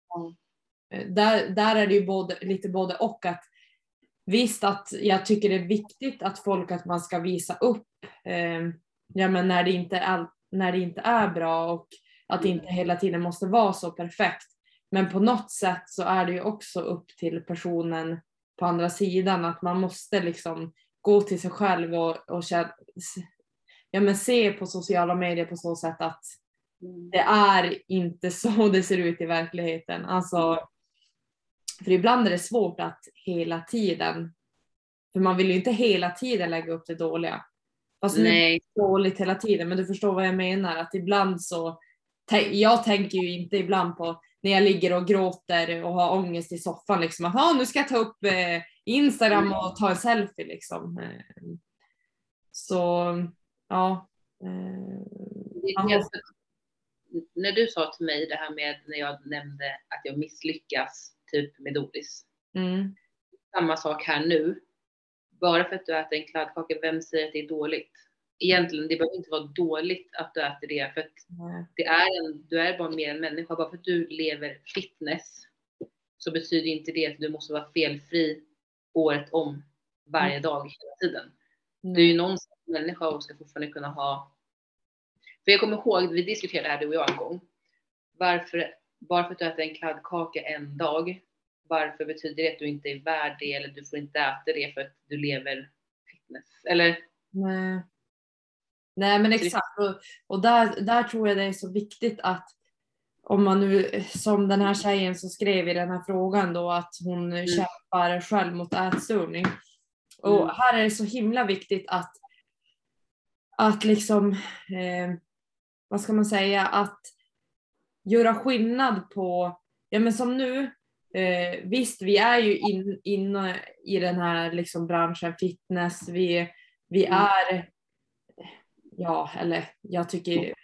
där, där är det ju både, lite både och att visst att jag tycker det är viktigt att folk att man ska visa upp eh, ja, men när, det inte är, när det inte är bra och att det inte hela tiden måste vara så perfekt. Men på något sätt så är det ju också upp till personen på andra sidan att man måste liksom gå till sig själv och, och känna, ja, men se på sociala medier på så sätt att det är inte så det ser ut i verkligheten. Alltså, för ibland är det svårt att hela tiden, för man vill ju inte hela tiden lägga upp det dåliga. Fast nu är det dåligt hela tiden, men du förstår vad jag menar. Att ibland så, jag tänker ju inte ibland på när jag ligger och gråter och har ångest i soffan liksom att nu ska jag ta upp eh, Instagram och ta en selfie liksom. Så ja. Eh, måste... När du sa till mig det här med när jag nämnde att jag misslyckas typ med Doris. Mm. Samma sak här nu. Bara för att du äter en kladdkaka, vem säger att det är dåligt? Egentligen, det behöver inte vara dåligt att du äter det. För att det är en, du är bara mer en människa. Bara för att du lever fitness så betyder inte det att du måste vara felfri året om varje dag hela tiden. Mm. Du är ju någon människa och ska fortfarande kunna ha. För jag kommer ihåg, vi diskuterade det här du och jag en gång. Varför, bara för att du äter en kladdkaka en dag, varför betyder det att du inte är värd det, eller du får inte äta det för att du lever fitness? Eller? Nej. Nej men exakt, och, och där, där tror jag det är så viktigt att om man nu, som den här tjejen som skrev i den här frågan då, att hon mm. kämpar själv mot ätstörning. Och Mm. här är det så himla viktigt att att liksom eh, vad ska man säga, att göra skillnad på, ja men som nu, eh, visst vi är ju inne in i den här liksom branschen fitness, vi, vi Mm. är, ja eller jag tycker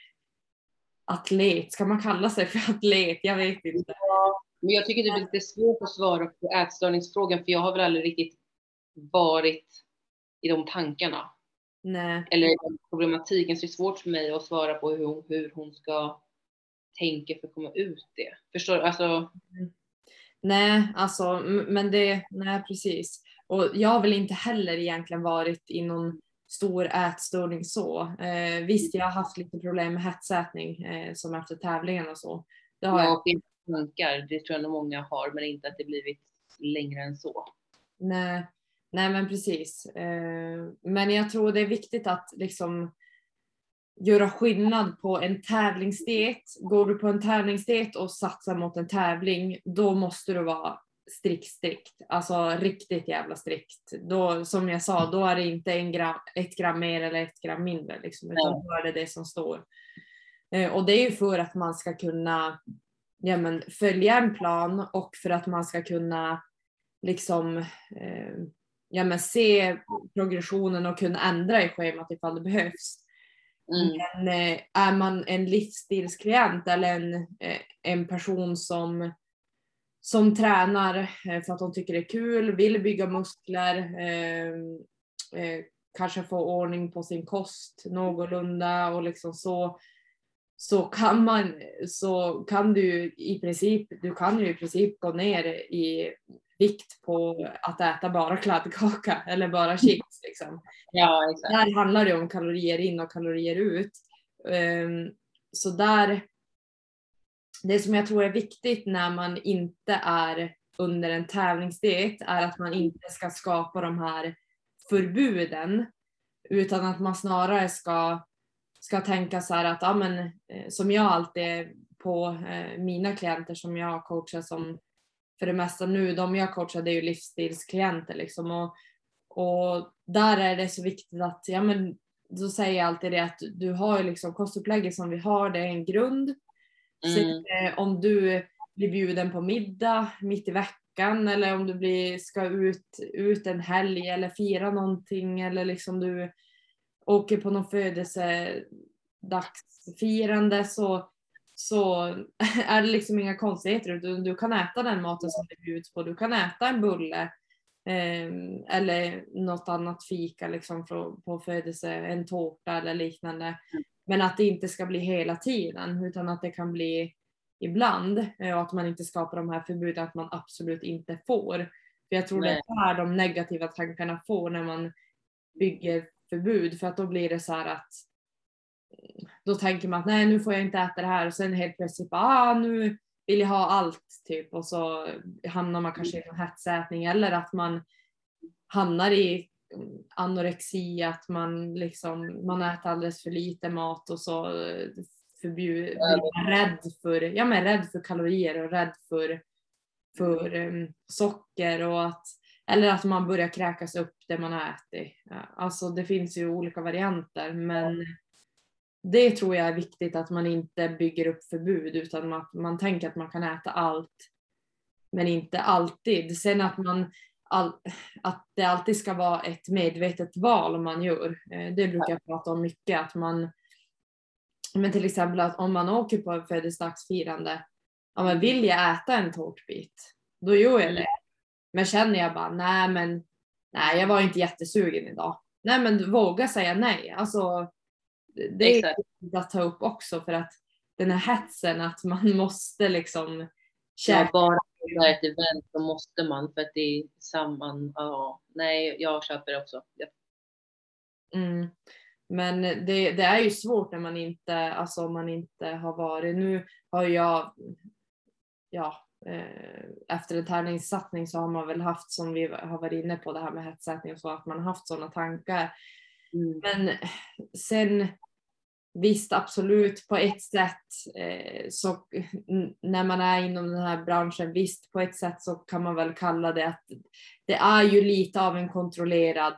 atlet, ska man kalla sig för atlet? Jag vet inte. Ja, men jag tycker det är lite svårt att svara på ätstörningsfrågan, för jag har väl aldrig riktigt varit i de tankarna. Nej. Eller problematiken, så det är svårt för mig att svara på hur hon, hur hon ska tänka för att komma ut det. Förstår du? Alltså... Mm. Nej, alltså, men det, nej precis. Och jag har väl inte heller egentligen varit i någon stor ätstörning så. Eh, visst, jag har haft lite problem med hetsätning eh, som efter tävlingen och så. Det har ja, jag. Och tankar, det tror jag nog många har, men inte att det blivit längre än så. Nej, nej men precis. Eh, men jag tror det är viktigt att liksom göra skillnad på en tävlingsdiet. Går du på en tävlingsdiet och satsar mot en tävling, då måste du vara strikt strikt. Alltså riktigt jävla strikt. Då, som jag sa, då är det inte en gram, ett gram mer eller ett gram mindre. Liksom, utan då är det det som står. Eh, och det är ju för att man ska kunna ja, men, följa en plan och för att man ska kunna liksom eh, ja, men, se progressionen och kunna ändra i schemat ifall det behövs. Mm. Men eh, är man en livsstilsklient eller en, eh, en person som, som tränar eh, för att de tycker det är kul, vill bygga muskler, eh, eh, kanske få ordning på sin kost någorlunda och liksom så, så kan man, så kan du i princip, du kan ju i princip gå ner i vikt på att äta bara kladdkaka eller bara chips liksom. Ja, exakt. Där handlar det om kalorier in och kalorier ut. Um, så där, det som jag tror är viktigt när man inte är under en tävlingsdiet är att man inte ska skapa de här förbuden, utan att man snarare ska ska tänka så här att ja, men, som jag alltid på eh, mina klienter som jag coachar, som för det mesta nu, de jag coachar det är ju livsstilsklienter liksom, och, och där är det så viktigt att, ja men då säger jag alltid det att du har ju liksom kostupplägget som vi har, det är en grund. Mm. Så, eh, om du blir bjuden på middag mitt i veckan eller om du blir, ska ut, ut en helg eller fira någonting eller liksom du åker på någon födelsedagsfirande, så, så är det liksom inga konstigheter. Du, du kan äta den maten som det bjuds på. Du kan äta en bulle eh, eller något annat fika liksom på, på födelse, en tårta eller liknande. Men att det inte ska bli hela tiden, utan att det kan bli ibland, och att man inte skapar de här förbuden att man absolut inte får. För jag tror nej. Det är här de negativa tankarna får när man bygger förbud, för att då blir det så här att då tänker man att nej, nu får jag inte äta det här, och sen helt plötsligt bara, ah, nu vill jag ha allt typ, och så hamnar man kanske i en hetsätning, eller att man hamnar i anorexi, att man liksom man äter alldeles för lite mat och så förbjud, blir rädd för ja men rädd för kalorier och rädd för för um, socker, och att eller att man börjar kräkas upp det man har ätit. Alltså det finns ju olika varianter, men det tror jag är viktigt, att man inte bygger upp förbud, utan att man tänker att man kan äta allt, men inte alltid. Sen att man all, att det alltid ska vara ett medvetet val man gör. Det brukar jag prata om mycket, att man men till exempel att om man åker på en födelsedagsfirande, ja men vill jag äta en tårtbit, då gör jag det. Men känner jag bara, nej men nej, jag var inte jättesugen idag. Nej men våga säga nej. Alltså det är viktigt att ta upp också, för att den här hetsen att man måste liksom käka. Ja, bara det är ett event så måste man för att det är samman. Ja, nej, jag köper det också. Ja. Mm. Men det, det är ju svårt när man inte, alltså om man inte har varit. Nu har jag, ja, eh, efter en tävlingssatsning så har man väl haft, som vi har varit inne på, det här med hetsätning och så, att man har haft sådana tankar. Mm. Men sen visst, absolut på ett sätt eh, så när man är inom den här branschen, visst på ett sätt så kan man väl kalla det att det är ju lite av en kontrollerad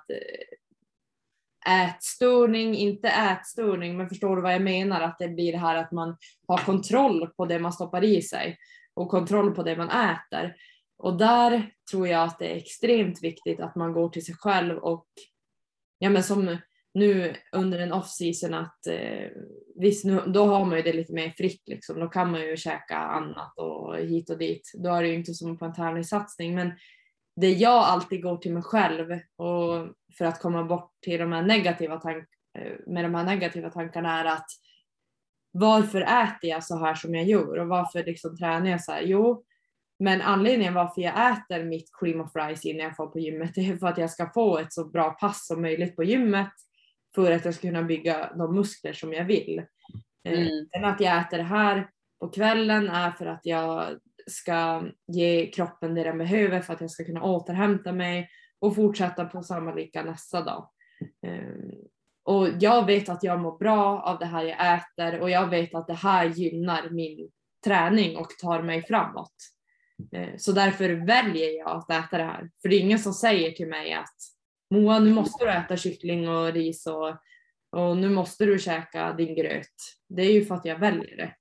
eh, ätstörning, inte ätstörning, men förstår du vad jag menar? Att det blir det här att man har kontroll på det man stoppar i sig och kontroll på det man äter. Och där tror jag att det är extremt viktigt att man går till sig själv och ja, men som nu under en off-season att eh, visst, nu, då har man ju det lite mer fritt liksom. Då kan man ju käka annat och hit och dit. Då är det ju inte som på en tävlingssatsning. Men det jag alltid går till mig själv och för att komma bort till de här negativa tank, med de här negativa tankarna är att varför äter jag så här som jag gör och varför liksom tränar jag så här? Jo, men anledningen varför jag äter mitt cream of rice innan jag får på gymmet är för att jag ska få ett så bra pass som möjligt på gymmet för att jag ska kunna bygga de muskler som jag vill. Mm. Sen att jag äter det här på kvällen är för att jag ska ge kroppen det den behöver för att jag ska kunna återhämta mig och fortsätta på samma lika nästa dag. Mm. Och jag vet att jag mår bra av det här jag äter och jag vet att det här gynnar min träning och tar mig framåt. Så därför väljer jag att äta det här. För det är ingen som säger till mig att Moa, nu måste du äta kyckling och ris och, och nu måste du käka din gröt. Det är ju för att jag väljer det.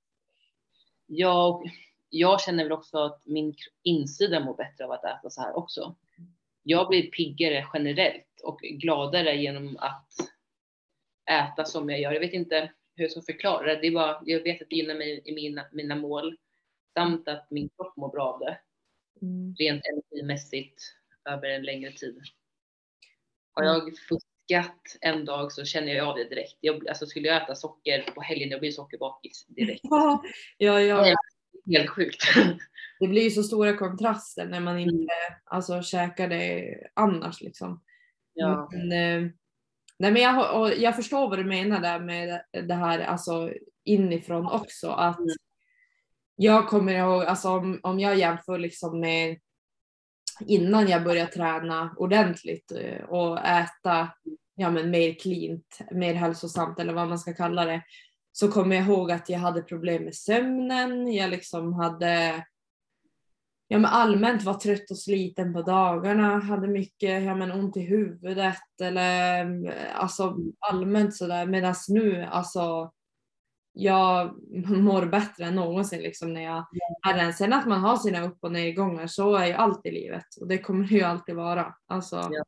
Jag, jag känner väl också att min insida mår bättre av att äta så här också. Jag blir piggare generellt och gladare genom att äta som jag gör. Jag vet inte hur jag ska förklara det. Det är bara, jag vet att det gynnar mig i mina, mina mål. Samt att min kropp mår bra av det. Mm. Rent energimässigt över en längre tid. Har jag fuskat en dag så känner jag av det direkt. Jag, alltså skulle jag äta socker på helgen, jag blir sockerbakis direkt. Ja, ja, ja. Det är helt sjukt. Det blir ju så stora kontraster när man inte mm. alltså, käkar det annars. Liksom. Ja. Men, eh, nej, men jag, och jag förstår vad du menar där med det här alltså, inifrån också. Att mm. jag kommer ihåg, alltså, om, om jag jämför liksom med innan jag började träna ordentligt och äta ja, men mer cleant, mer hälsosamt eller vad man ska kalla det. Så kommer jag ihåg att jag hade problem med sömnen. Jag liksom hade ja, men allmänt var trött och sliten på dagarna. Hade mycket ja, men ont i huvudet. Eller alltså allmänt sådär. Medan nu alltså jag mår bättre än någonsin liksom när jag är den. Sen att man har sina upp- och nedgångar så är ju allt i livet. Och det kommer det ju alltid vara. Alltså. Ja.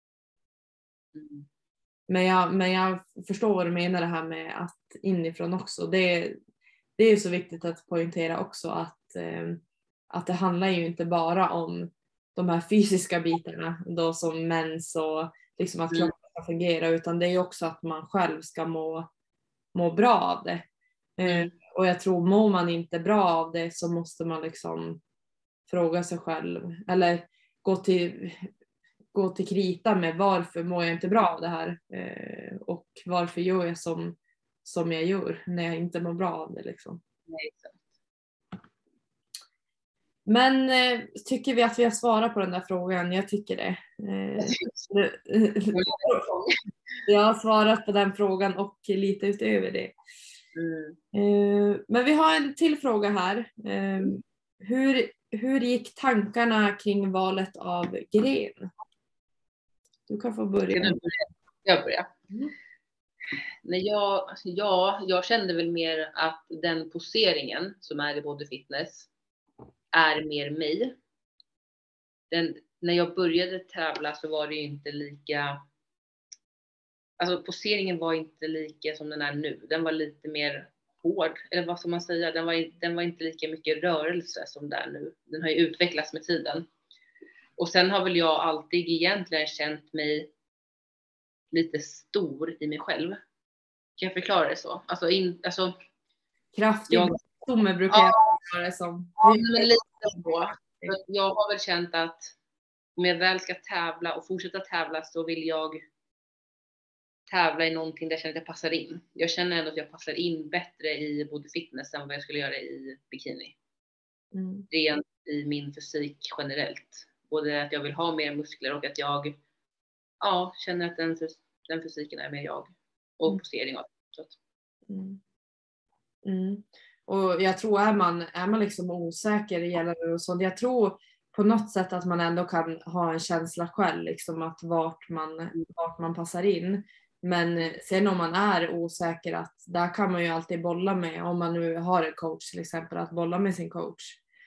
Mm. Men, jag, men jag förstår vad du menar det här med att inifrån också. Det, det är så viktigt att poängtera också att, eh, att det handlar ju inte bara om de här fysiska bitarna då som mens och liksom att kroppen ska fungera. Utan det är ju också att man själv ska må, må bra av det. Mm. Och jag tror mår man inte bra av det så måste man liksom fråga sig själv eller gå till, gå till krita med varför mår jag inte bra av det här och varför gör jag som, som jag gör när jag inte mår bra av det liksom. Nej. Men eh, tycker vi att vi har svarat på den där frågan? Jag tycker det. Eh, jag har svarat på den frågan och lite utöver det. Mm. Eh, men vi har en till fråga här. Eh, hur, hur gick tankarna kring valet av gren? Du kan få börja. Jag börjar. Mm. När jag, ja, jag kände väl mer att den poseringen som är i body fitness är mer mig. Den, när jag började tävla så var det inte lika, alltså poseringen var inte lika som den är nu. Den var lite mer hård, eller vad ska man säga, den var, den var inte lika mycket rörelse som det är nu. Den har ju utvecklats med tiden. Och sen har väl jag alltid egentligen känt mig lite stor i mig själv. Kan jag förklara det så? Alltså, in, alltså kraftig stomme brukar ja, jag göra det som. Ja, men lite så. Jag har väl känt att om jag väl ska tävla och fortsätta tävla så vill jag tävla i någonting där jag känner att jag passar in. Jag känner ändå att jag passar in bättre i body fitness än vad jag skulle göra i bikini. Mm. Rent i min fysik generellt. Både att jag vill ha mer muskler och att jag ja, känner att den, den fysiken är mer jag. Och Mm. posering av. Mm. Mm. Och jag tror är man, är man liksom osäker gällande och sånt. Jag tror på något sätt att man ändå kan ha en känsla själv liksom att vart man, vart man passar in. Men sen om man är osäker att där kan man ju alltid bolla med, om man nu har en coach till exempel, att bolla med sin coach.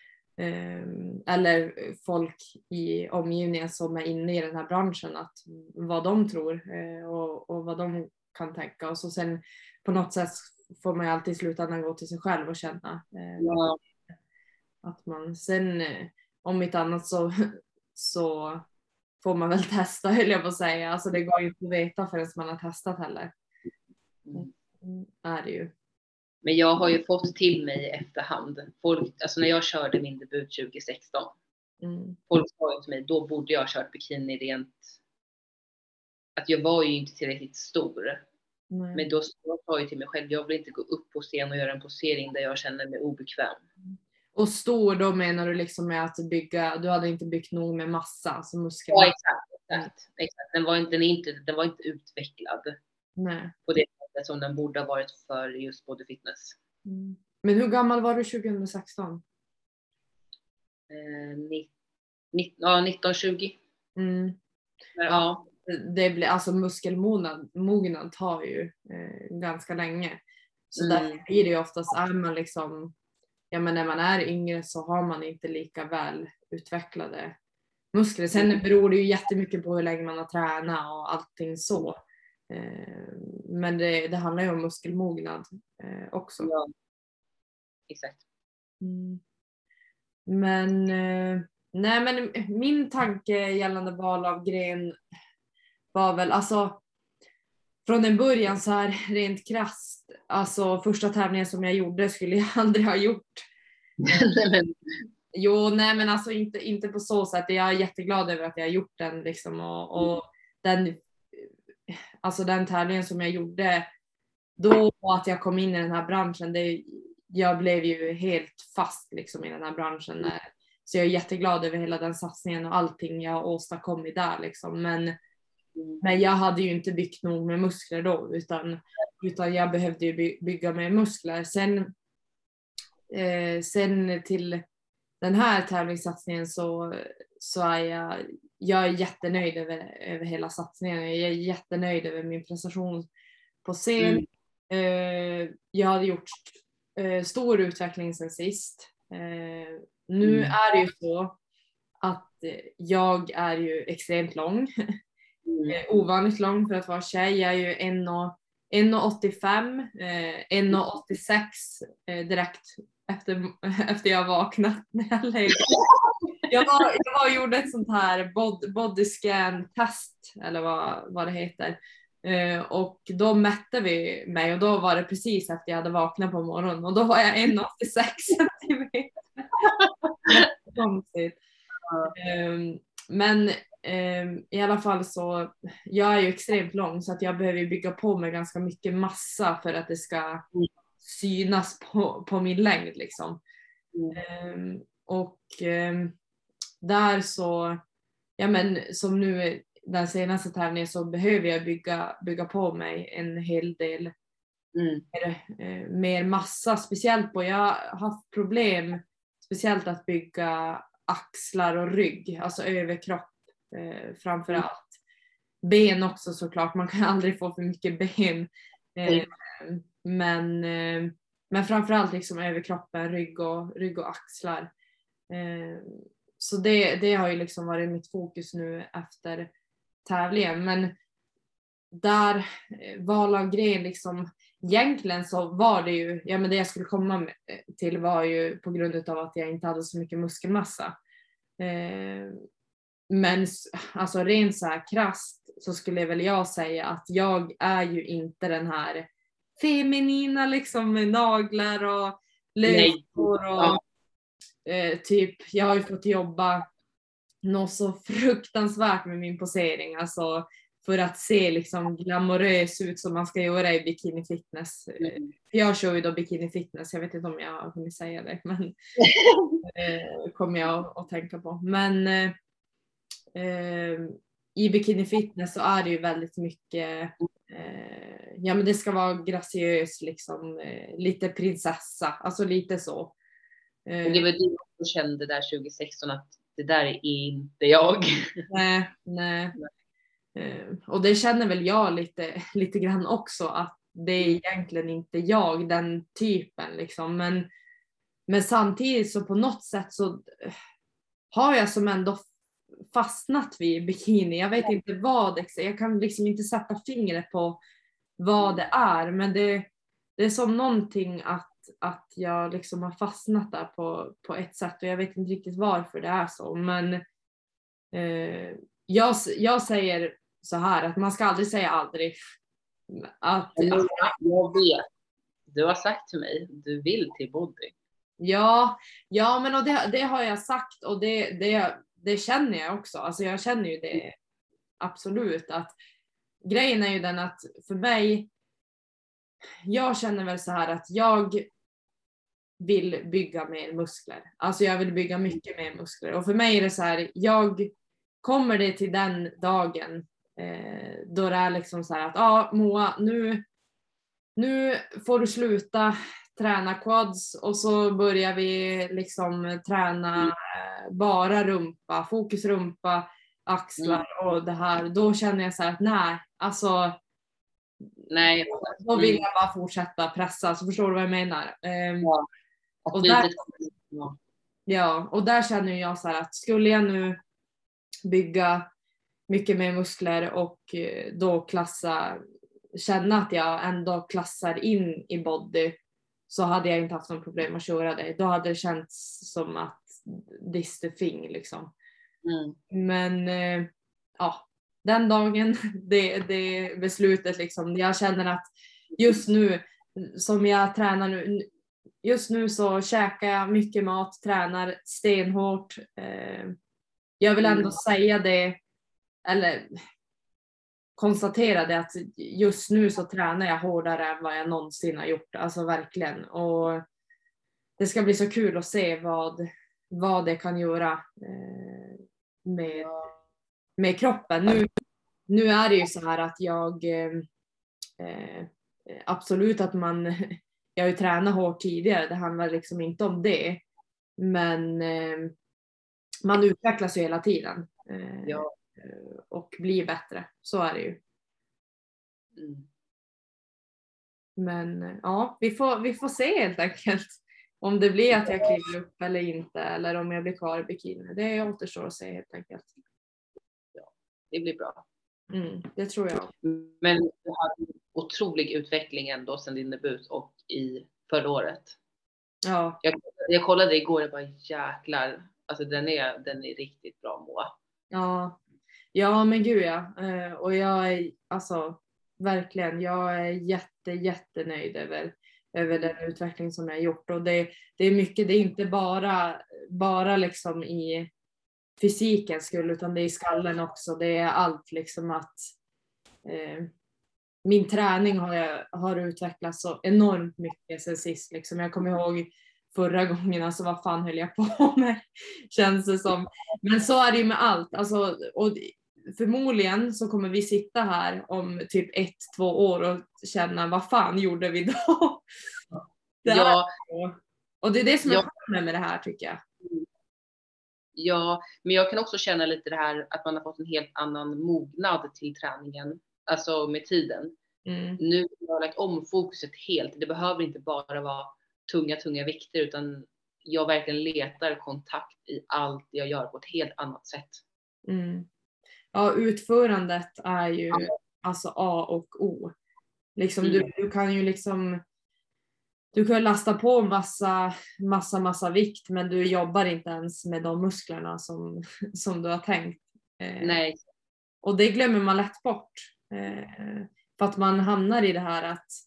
Eller folk i omgivningen som är inne i den här branschen, att vad de tror och, och vad de kan tänka. Och så sen på något sätt får man ju alltid i slutändan gå till sig själv och känna Ja. att man sen om inte annat så, så får man väl testa, höll jag på att säga. Alltså det går ju inte att veta förrän man har testat heller. Mm, är det ju. Men jag har ju fått till mig i efterhand. Folk, alltså när jag körde min debut tjugo sexton. Mm. Folk sa ju till mig, då borde jag ha kört bikini rent. Att jag var ju inte tillräckligt stor. Nej. Men då sa jag till mig själv, jag vill inte gå upp på scen och göra en posering där jag känner mig obekväm. Och stor då menar du liksom med att bygga, du hade inte byggt nog med massa, alltså muskler. Ja exakt, exakt, mm. exakt. Den var inte, den inte, den var inte utvecklad. Nej. På det sättet som den borde ha varit för just body fitness. Mm. Men hur gammal var du tjugo sexton? Eh, ni, ni, ja, nitton tjugo. Mm. Ja. Det blir, alltså muskelmognad mognad tar ju eh, ganska länge. Så mm. Därför blir det ju oftast, är man liksom, ja men när man är yngre så har man inte lika väl utvecklade muskler. Sen beror det ju jättemycket på hur länge man har tränat och allting så. Eh, men det, det handlar ju om muskelmognad eh, också. Ja, exakt. Mm. Men eh, nej men min tanke gällande val av gren var väl, alltså från en början så här rent krasst, alltså första tävlingen som jag gjorde skulle jag aldrig ha gjort. Jo, nej men alltså inte, inte på så sätt. Jag är jätteglad över att jag har gjort den liksom och, och den, alltså den tävlingen som jag gjorde då, att jag kom in i den här branschen, det, jag blev ju helt fast liksom i den här branschen. Så jag är jätteglad över hela den satsningen och allting jag åstadkommit där liksom. Men Men jag hade ju inte byggt nog med muskler då, utan, utan jag behövde ju by, bygga med muskler. Sen, eh, sen till den här tävlingssatsningen så, så är jag, jag är jättenöjd över, över hela satsningen. Jag är jättenöjd över min prestation på scen. Mm. Eh, jag hade gjort eh, stor utveckling sen sist. Eh, nu mm. är det ju så att jag är ju extremt lång. Mm. Ovanligt lång för att vara tjej. Jag är ju en komma åttiofem, eh, en komma åttiosex eh, direkt efter, efter jag vaknat. jag, var, jag var och gjorde ett sånt här bod, body scan test eller vad, vad det heter. Eh, och då mätte vi mig och då var det precis efter jag hade vaknat på morgonen och då var jag en komma åttiosex centimeter. Konstigt. Eh, men Um, i alla fall så jag är ju extremt lång så att jag behöver bygga på mig ganska mycket massa för att det ska synas på, på min längd liksom. Mm. Um, och um, där så ja men som nu den senaste tävlingen så behöver jag bygga, bygga på mig en hel del mm. mer, uh, mer massa, speciellt på jag har haft problem speciellt att bygga axlar och rygg, alltså överkropp Eh, framförallt. Mm. Ben också såklart, man kan aldrig få för mycket ben. Eh, mm. Men, eh, men framförallt liksom överkroppen, rygg och, rygg och axlar. Eh, så det, det har ju liksom varit mitt fokus nu efter tävlingen. Men där eh, val av gren liksom, egentligen så var det ju, ja men det jag skulle komma till var ju på grund av att jag inte hade så mycket muskelmassa. Eh, Men alltså rent så här krasst så skulle väl jag säga att jag är ju inte den här feminina liksom med naglar och lösor och, eh, typ, jag har ju fått jobba något så fruktansvärt med min posering. Alltså för att se liksom glamorös ut som man ska göra i bikini fitness. Mm. Jag kör ju då bikini fitness, jag vet inte om jag kommer säga det, men eh, kommer jag att tänka på. Men eh, eh, i bikini fitness så är det ju väldigt mycket, eh, ja men det ska vara graciös liksom, eh, lite prinsessa, alltså lite så. Men det var du som kände där tjugo sexton att det där är inte jag. Nej, nej. Och det känner väl jag lite, lite grann också, att det är egentligen inte jag, den typen liksom. Men, men samtidigt så på något sätt så har jag som ändå fastnat vid bikini. Jag vet inte vad det är. Jag kan liksom inte sätta fingret på vad det är. Men det, det är som någonting att, att jag liksom har fastnat där på, på ett sätt. Och jag vet inte riktigt varför det är så. Men eh, jag, jag säger så här, att man ska aldrig säga aldrig. Att, jag, jag vet. Du har sagt till mig, du vill till body. Ja, ja men och det, det har jag sagt, och det, det, det känner jag också. Alltså jag känner ju det absolut. Att grejen är ju den att för mig, jag känner väl så här att jag vill bygga mer muskler. Alltså jag vill bygga mycket mer muskler. Och för mig är det så här, jag kommer det till den dagen eh, då det är liksom så här att ja, Moa, nu, nu får du sluta träna quads och så börjar vi liksom träna eh, bara rumpa, fokus rumpa, axlar och det här. Då känner jag så här att nej, alltså nej. Då vill jag bara fortsätta pressa, så förstår du vad jag menar. Um, ja. och, där, ja, och där känner jag så här att skulle jag nu bygga mycket mer muskler och då klassa, känna att jag ändå klassar in i body, så hade jag inte haft någon problem att köra det. Då hade det känts som att this the thing liksom. Mm. Men eh, ja, den dagen, det, det beslutet liksom. Jag känner att just nu som jag tränar nu, just nu så käkar jag mycket mat, tränar stenhårt. Eh, jag vill ändå mm. säga det, eller konstatera det, att just nu så tränar jag hårdare än vad jag någonsin har gjort. Alltså verkligen. Och det ska bli så kul att se vad, vad det kan göra eh, med, med kroppen. Nu, nu är det ju så här att jag eh, absolut att man, jag har ju tränat hårt tidigare, det handlar liksom inte om det. Men eh, man utvecklas ju hela tiden. Eh, ja. Och blir bättre, så är det ju. Mm. Men ja, vi får, vi får se helt enkelt. Om det blir att jag kliver upp eller inte, eller om jag blir kvar i bikini. Det återstår att se helt enkelt. Ja, det blir bra. Mm, det tror jag. Men du har en otrolig utveckling ändå sedan din debut och i förra året. Ja. Jag, jag kollade igår och bara jäklar. Alltså den är, den är riktigt bra, Moa. Ja. Ja men gud ja. Och jag är alltså verkligen, jag är jätte jättenöjd över, över den utveckling som jag har gjort. Och det, det är mycket, det är inte bara, bara liksom i fysiken skull, utan det är i skallen också. Det är allt liksom att eh, min träning har, jag, har utvecklats så enormt mycket sen sist. Liksom. Jag kommer ihåg förra gången, alltså vad fan höll jag på med, känns det som. Men så är det ju med allt. Alltså, och förmodligen så kommer vi sitta här om typ ett, två år och känna vad fan gjorde vi då? Det ja. Och det är det som är ja. skönt med det här tycker jag. Ja, men jag kan också känna lite det här att man har fått en helt annan mognad till träningen, alltså med tiden. Mm. Nu har jag lagt om fokuset helt. Det behöver inte bara vara tunga, tunga vikter, utan jag verkligen letar kontakt i allt jag gör på ett helt annat sätt. Mm. Ja, utförandet är ju ja. alltså A och O. Liksom, mm. du, du kan ju liksom du kan lasta på massa, massa, massa vikt, men du jobbar inte ens med de musklerna som, som du har tänkt. Eh, Nej. Och det glömmer man lätt bort. Eh, för att man hamnar i det här att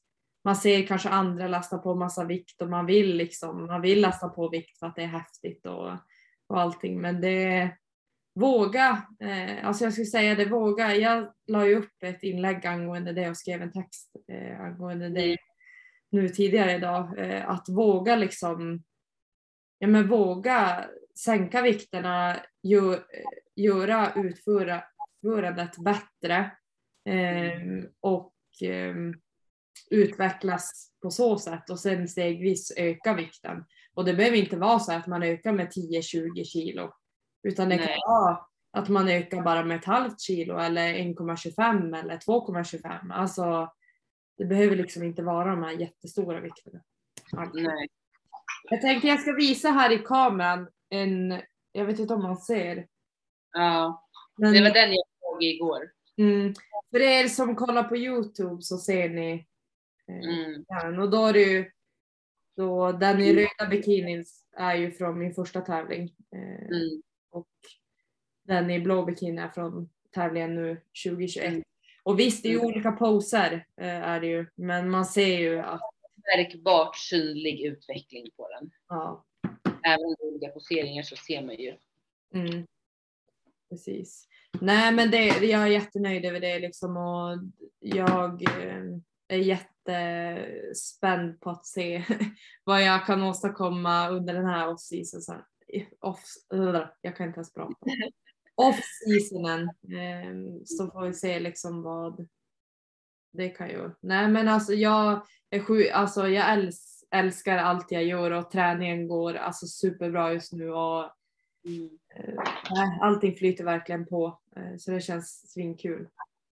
man ser kanske andra lasta på massa vikt och man vill liksom, man vill lasta på vikt för att det är häftigt och, och allting. Men det våga, eh, alltså jag skulle säga det, våga. Jag la ju upp ett inlägg angående det och skrev en text eh, angående det nu tidigare idag. Eh, att våga liksom, ja men våga sänka vikterna, gö, göra utföra, utförandet bättre eh, och eh, utvecklas på så sätt och sen stegvis öka vikten. Och det behöver inte vara så att man ökar med tio till tjugo kilo. Utan det Nej. kan vara att man ökar bara med ett halvt kilo eller en komma tjugofem eller två komma tjugofem. Alltså det behöver liksom inte vara de här jättestora vikterna. Nej. Jag tänkte jag ska visa här i kameran en, jag vet inte om man ser. Ja, men, det var den jag såg igår. Mm, för er som kollar på YouTube så ser ni Mm. den. Och då är det ju, då, den i röda bikinin är ju från min första tävling. Mm. Och den i blå bikini är från tävlingen nu tjugohundratjugoett. Mm. Och visst, det är ju mm. olika poser är det ju. Men man ser ju att märkbart synlig utveckling på den. Ja. Även i olika poseringar så ser man ju. Mm. Precis. Nej men det, jag är jättenöjd över det liksom. Och jag är jättespänd på att se vad jag kan åstadkomma under den här off-seasonen. Off, jag kan inte ens prata. Off-seasonen. Så får vi se liksom vad det kan ju. Nej men alltså jag är sju, alltså jag äls, älskar allt jag gör och träningen går alltså superbra just nu och mm. äh, allting flyter verkligen på så det känns svinkul.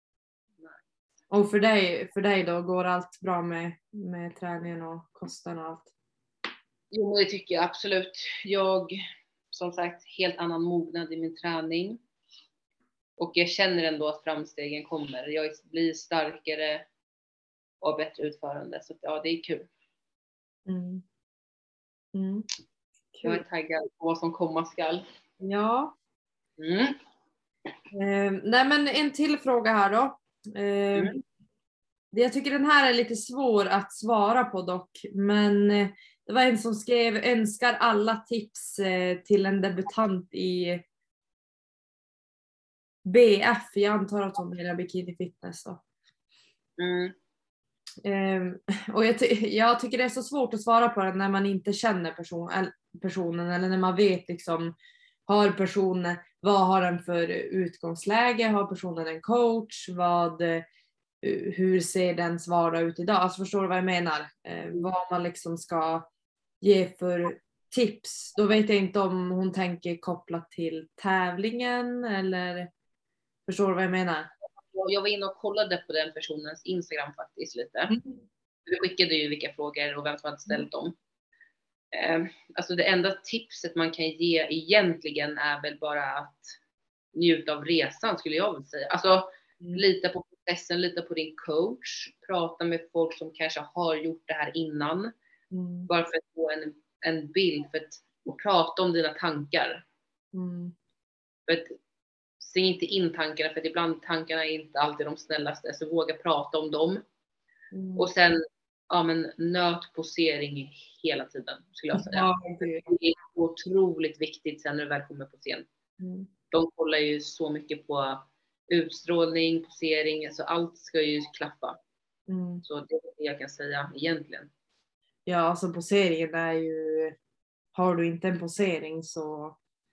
Och för dig, för dig då, går allt bra med, med träningen och kosten och allt? Jo, det tycker jag absolut. Jag, som sagt, helt annan mognad i min träning. Och jag känner ändå att framstegen kommer. Jag blir starkare och bättre utförande. Så ja, det är kul. Mm. Mm. Kul. Jag är taggad på vad som komma skall. Ja. Mm. Eh, nej men en till fråga här då. Eh, mm. Jag tycker den här är lite svår att svara på dock. Men det var en som skrev, önskar alla tips eh, till en debutant i B F. Jag antar att hon menar bikini fitness då. Mm. Eh, och jag, ty- jag tycker det är så svårt att svara på den när man inte känner person- personen. Eller när man vet liksom, har personen, vad har den för utgångsläge? Har personen en coach? Vad... hur ser dens vardag ut idag? Alltså förstår du vad jag menar? Eh, vad man liksom ska ge för tips. Då vet jag inte om hon tänker kopplat till tävlingen eller förstår du vad jag menar? Jag var inne och kollade på den personens Instagram faktiskt lite. Mm. Vi skickade ju vilka frågor och vem som hade ställt dem. Eh, alltså det enda tipset man kan ge egentligen är väl bara att njuta av resan skulle jag vilja säga. Alltså mm. lita på processen, lita på din coach, prata med folk som kanske har gjort det här innan. Mm. Bara för att få en, en bild, för att prata om dina tankar. Mm. För att se inte in tankarna, för att ibland tankarna är inte alltid de snällaste, så våga prata om dem. Mm. Och sen ja, men nöt posering hela tiden skulle jag säga. Ja, det är otroligt viktigt sen när du väl kommer på scen. Mm. De kollar ju så mycket på utstrålning, posering, alltså allt ska ju klaffa. Mm. Så det är det jag kan säga egentligen. Ja, alltså poseringen är ju, har du inte en posering så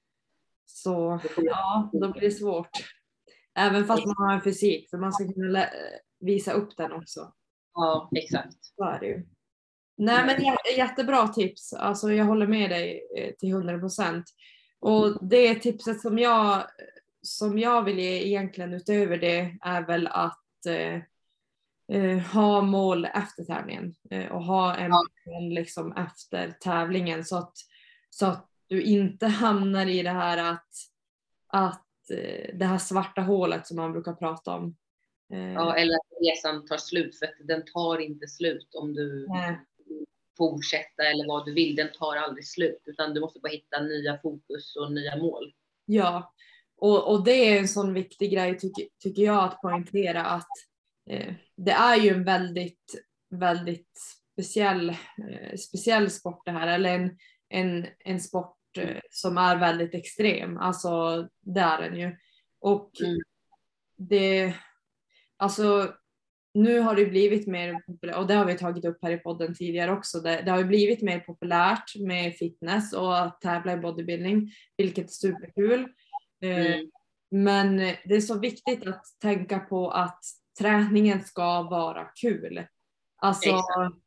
så ja, då blir det svårt. Även fast man har en fysik, för man ska kunna lä- visa upp den också. Ja, exakt. Så är det ju. Nej men j- jättebra tips. Alltså jag håller med dig till hundra procent. Och det tipset som jag som jag vill ge egentligen utöver det är väl att eh, eh, ha mål efter tävlingen eh, och ha en plan liksom efter tävlingen så att, så att du inte hamnar i det här att, att eh, det här svarta hålet som man brukar prata om. Eh, ja, eller att resan tar slut, för att den tar inte slut om du nej. fortsätter eller vad du vill. Den tar aldrig slut, utan du måste bara hitta nya fokus och nya mål. Ja. Och, och det är en sån viktig grej tycker, tycker jag att poängtera att eh, det är ju en väldigt väldigt speciell, eh, speciell sport det här. Eller en, en, en sport eh, som är väldigt extrem. Alltså det är den ju. Och Mm. det, alltså nu har det blivit mer populärt, och det har vi tagit upp här i podden tidigare också. Det, det har ju blivit mer populärt med fitness och att tävla i bodybuilding, vilket är superkul. Eh, Mm. men det är så viktigt att tänka på att träningen ska vara kul. Alltså, Exakt.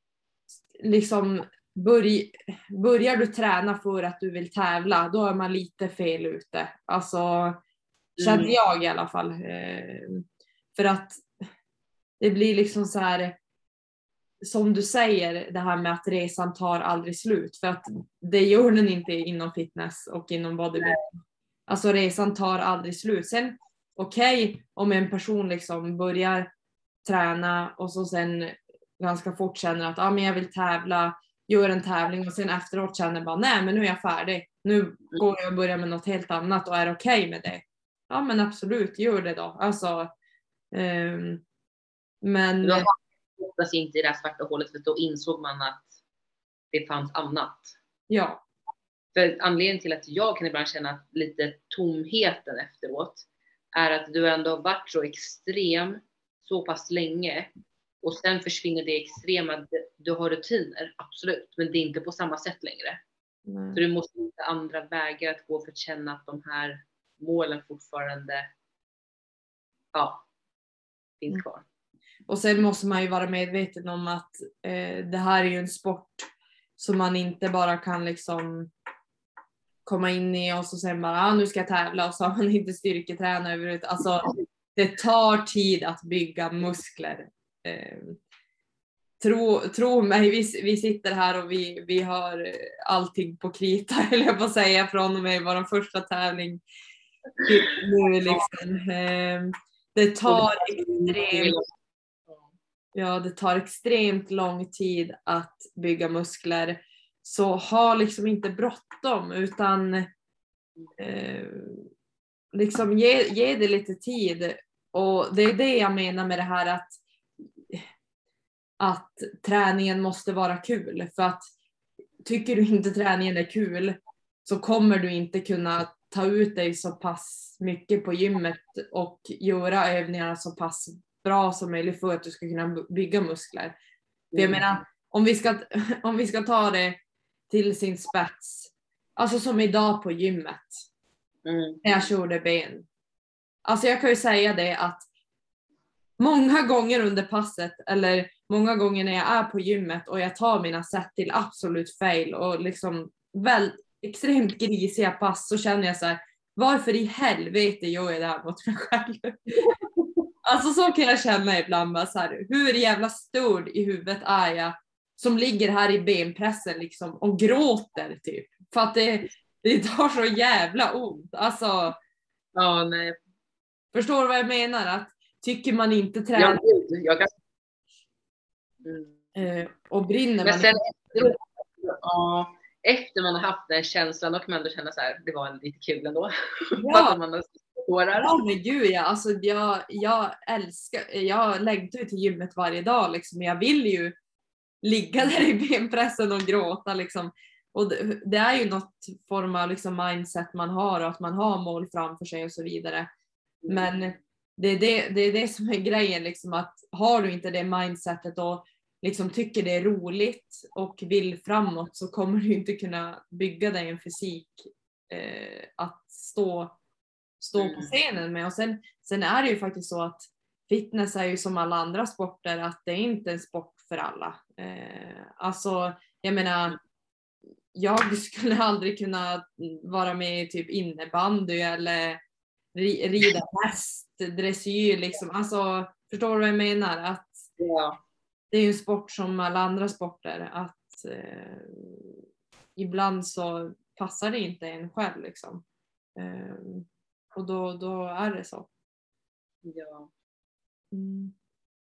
liksom börj, börjar du träna för att du vill tävla, då är man lite fel ute. Alltså, känner Mm. jag i alla fall. Eh, för att det blir liksom så här, som du säger, det här med att resan tar aldrig slut. För att det gör den inte inom fitness och inom bodybuilding. Alltså resan tar aldrig slut. Sen okej, okay, om en person liksom börjar träna och så sen ganska fort känner att ah, men jag vill tävla, gör en tävling och sen efteråt känner bara nej men nu är jag färdig. Nu går jag och börjar med något helt annat och är okej okay med det. Ja men absolut, gör det då. Alltså, um, men... Då hoppades inte i det här svarta hålet, för då insåg man att det fanns annat. Ja. För anledningen till att jag kan ibland känna lite tomheten efteråt är att du ändå har varit så extrem så pass länge och sen försvinner det extrema. Du har rutiner, absolut, men det är inte på samma sätt längre. Nej. Så du måste hitta andra vägar att gå för att känna att de här målen fortfarande ja, finns kvar. Och sen måste man ju vara medveten om att eh, det här är ju en sport som man inte bara kan liksom komma in i och så sen bara ah, nu ska jag tävla och så har man inte styrketräna överhuvudtaget. Alltså det tar tid att bygga muskler. Eh, tro, tro mig, vi, vi sitter här och vi, vi har allting på krita, eller jag får säga, från och med vår första tävling till nu liksom. Eh, det tar extremt Ja, det tar extremt lång tid att bygga muskler. Så ha liksom inte bråttom utan eh, liksom ge, ge det lite tid. Och det är det jag menar med det här att, att träningen måste vara kul. För att tycker du inte träningen är kul så kommer du inte kunna ta ut dig så pass mycket på gymmet och göra övningarna så pass bra som möjligt för att du ska kunna bygga muskler. Mm. För jag menar, om vi, ska, om vi ska ta det till sin spets, alltså som idag på gymmet, mm. när jag körde ben. Alltså jag kan ju säga det att många gånger under passet eller många gånger när jag är på gymmet och jag tar mina set till absolut fail och liksom väl extremt grisiga pass, så känner jag så här, varför i helvete gör jag det här mot mig själv? Alltså så kan jag känna ibland, bara så här, hur jävla störd i huvudet är jag som ligger här i benpressen liksom och gråter typ. För att det, det tar så jävla ont. Alltså, ja, nej. Förstår du vad jag menar? Att tycker man inte tränar jag, jag kan... mm. och brinner men man sen inte. Efter, ja, efter man har haft den känslan, då kan man ändå känna så här, det var lite kul ändå. Ja. man har Ja men gud ja, alltså jag, jag älskar, jag längtar ju till gymmet varje dag liksom. Jag vill ju ligga där i benpressen och gråta liksom. Och det, det är ju något form av liksom mindset man har och att man har mål framför sig och så vidare. Men det är det, det är det som är grejen liksom, att har du inte det mindsetet och liksom tycker det är roligt och vill framåt, så kommer du inte kunna bygga dig en fysik eh, att stå stå på scenen med. Och sen, sen är det ju faktiskt så att fitness är ju som alla andra sporter, att det är inte en sport för alla. Eh, alltså, jag menar, jag skulle aldrig kunna vara med i typ innebandy eller ri, rida häst, dressyr liksom. Alltså, förstår du vad jag menar? Att ja. Det är ju en sport som alla andra sporter, att eh, ibland så passar det inte en själv liksom. Eh, Och då, då är det så. Ja. Mm.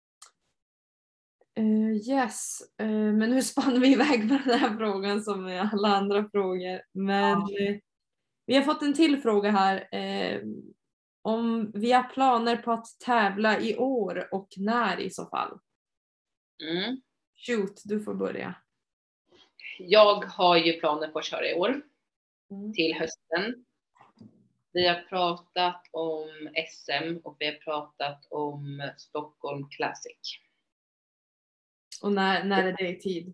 Uh, yes. Uh, men nu spann vi iväg på den här frågan som med alla andra frågor. Men uh, vi har fått en till fråga här. Uh, om vi har planer på att tävla i år och när i så fall? Mm. Shoot, du får börja. Jag har ju planer på att köra i år. Mm. Till hösten. Vi har pratat om S M och vi har pratat om Stockholm Classic. Och när, när är det i tid?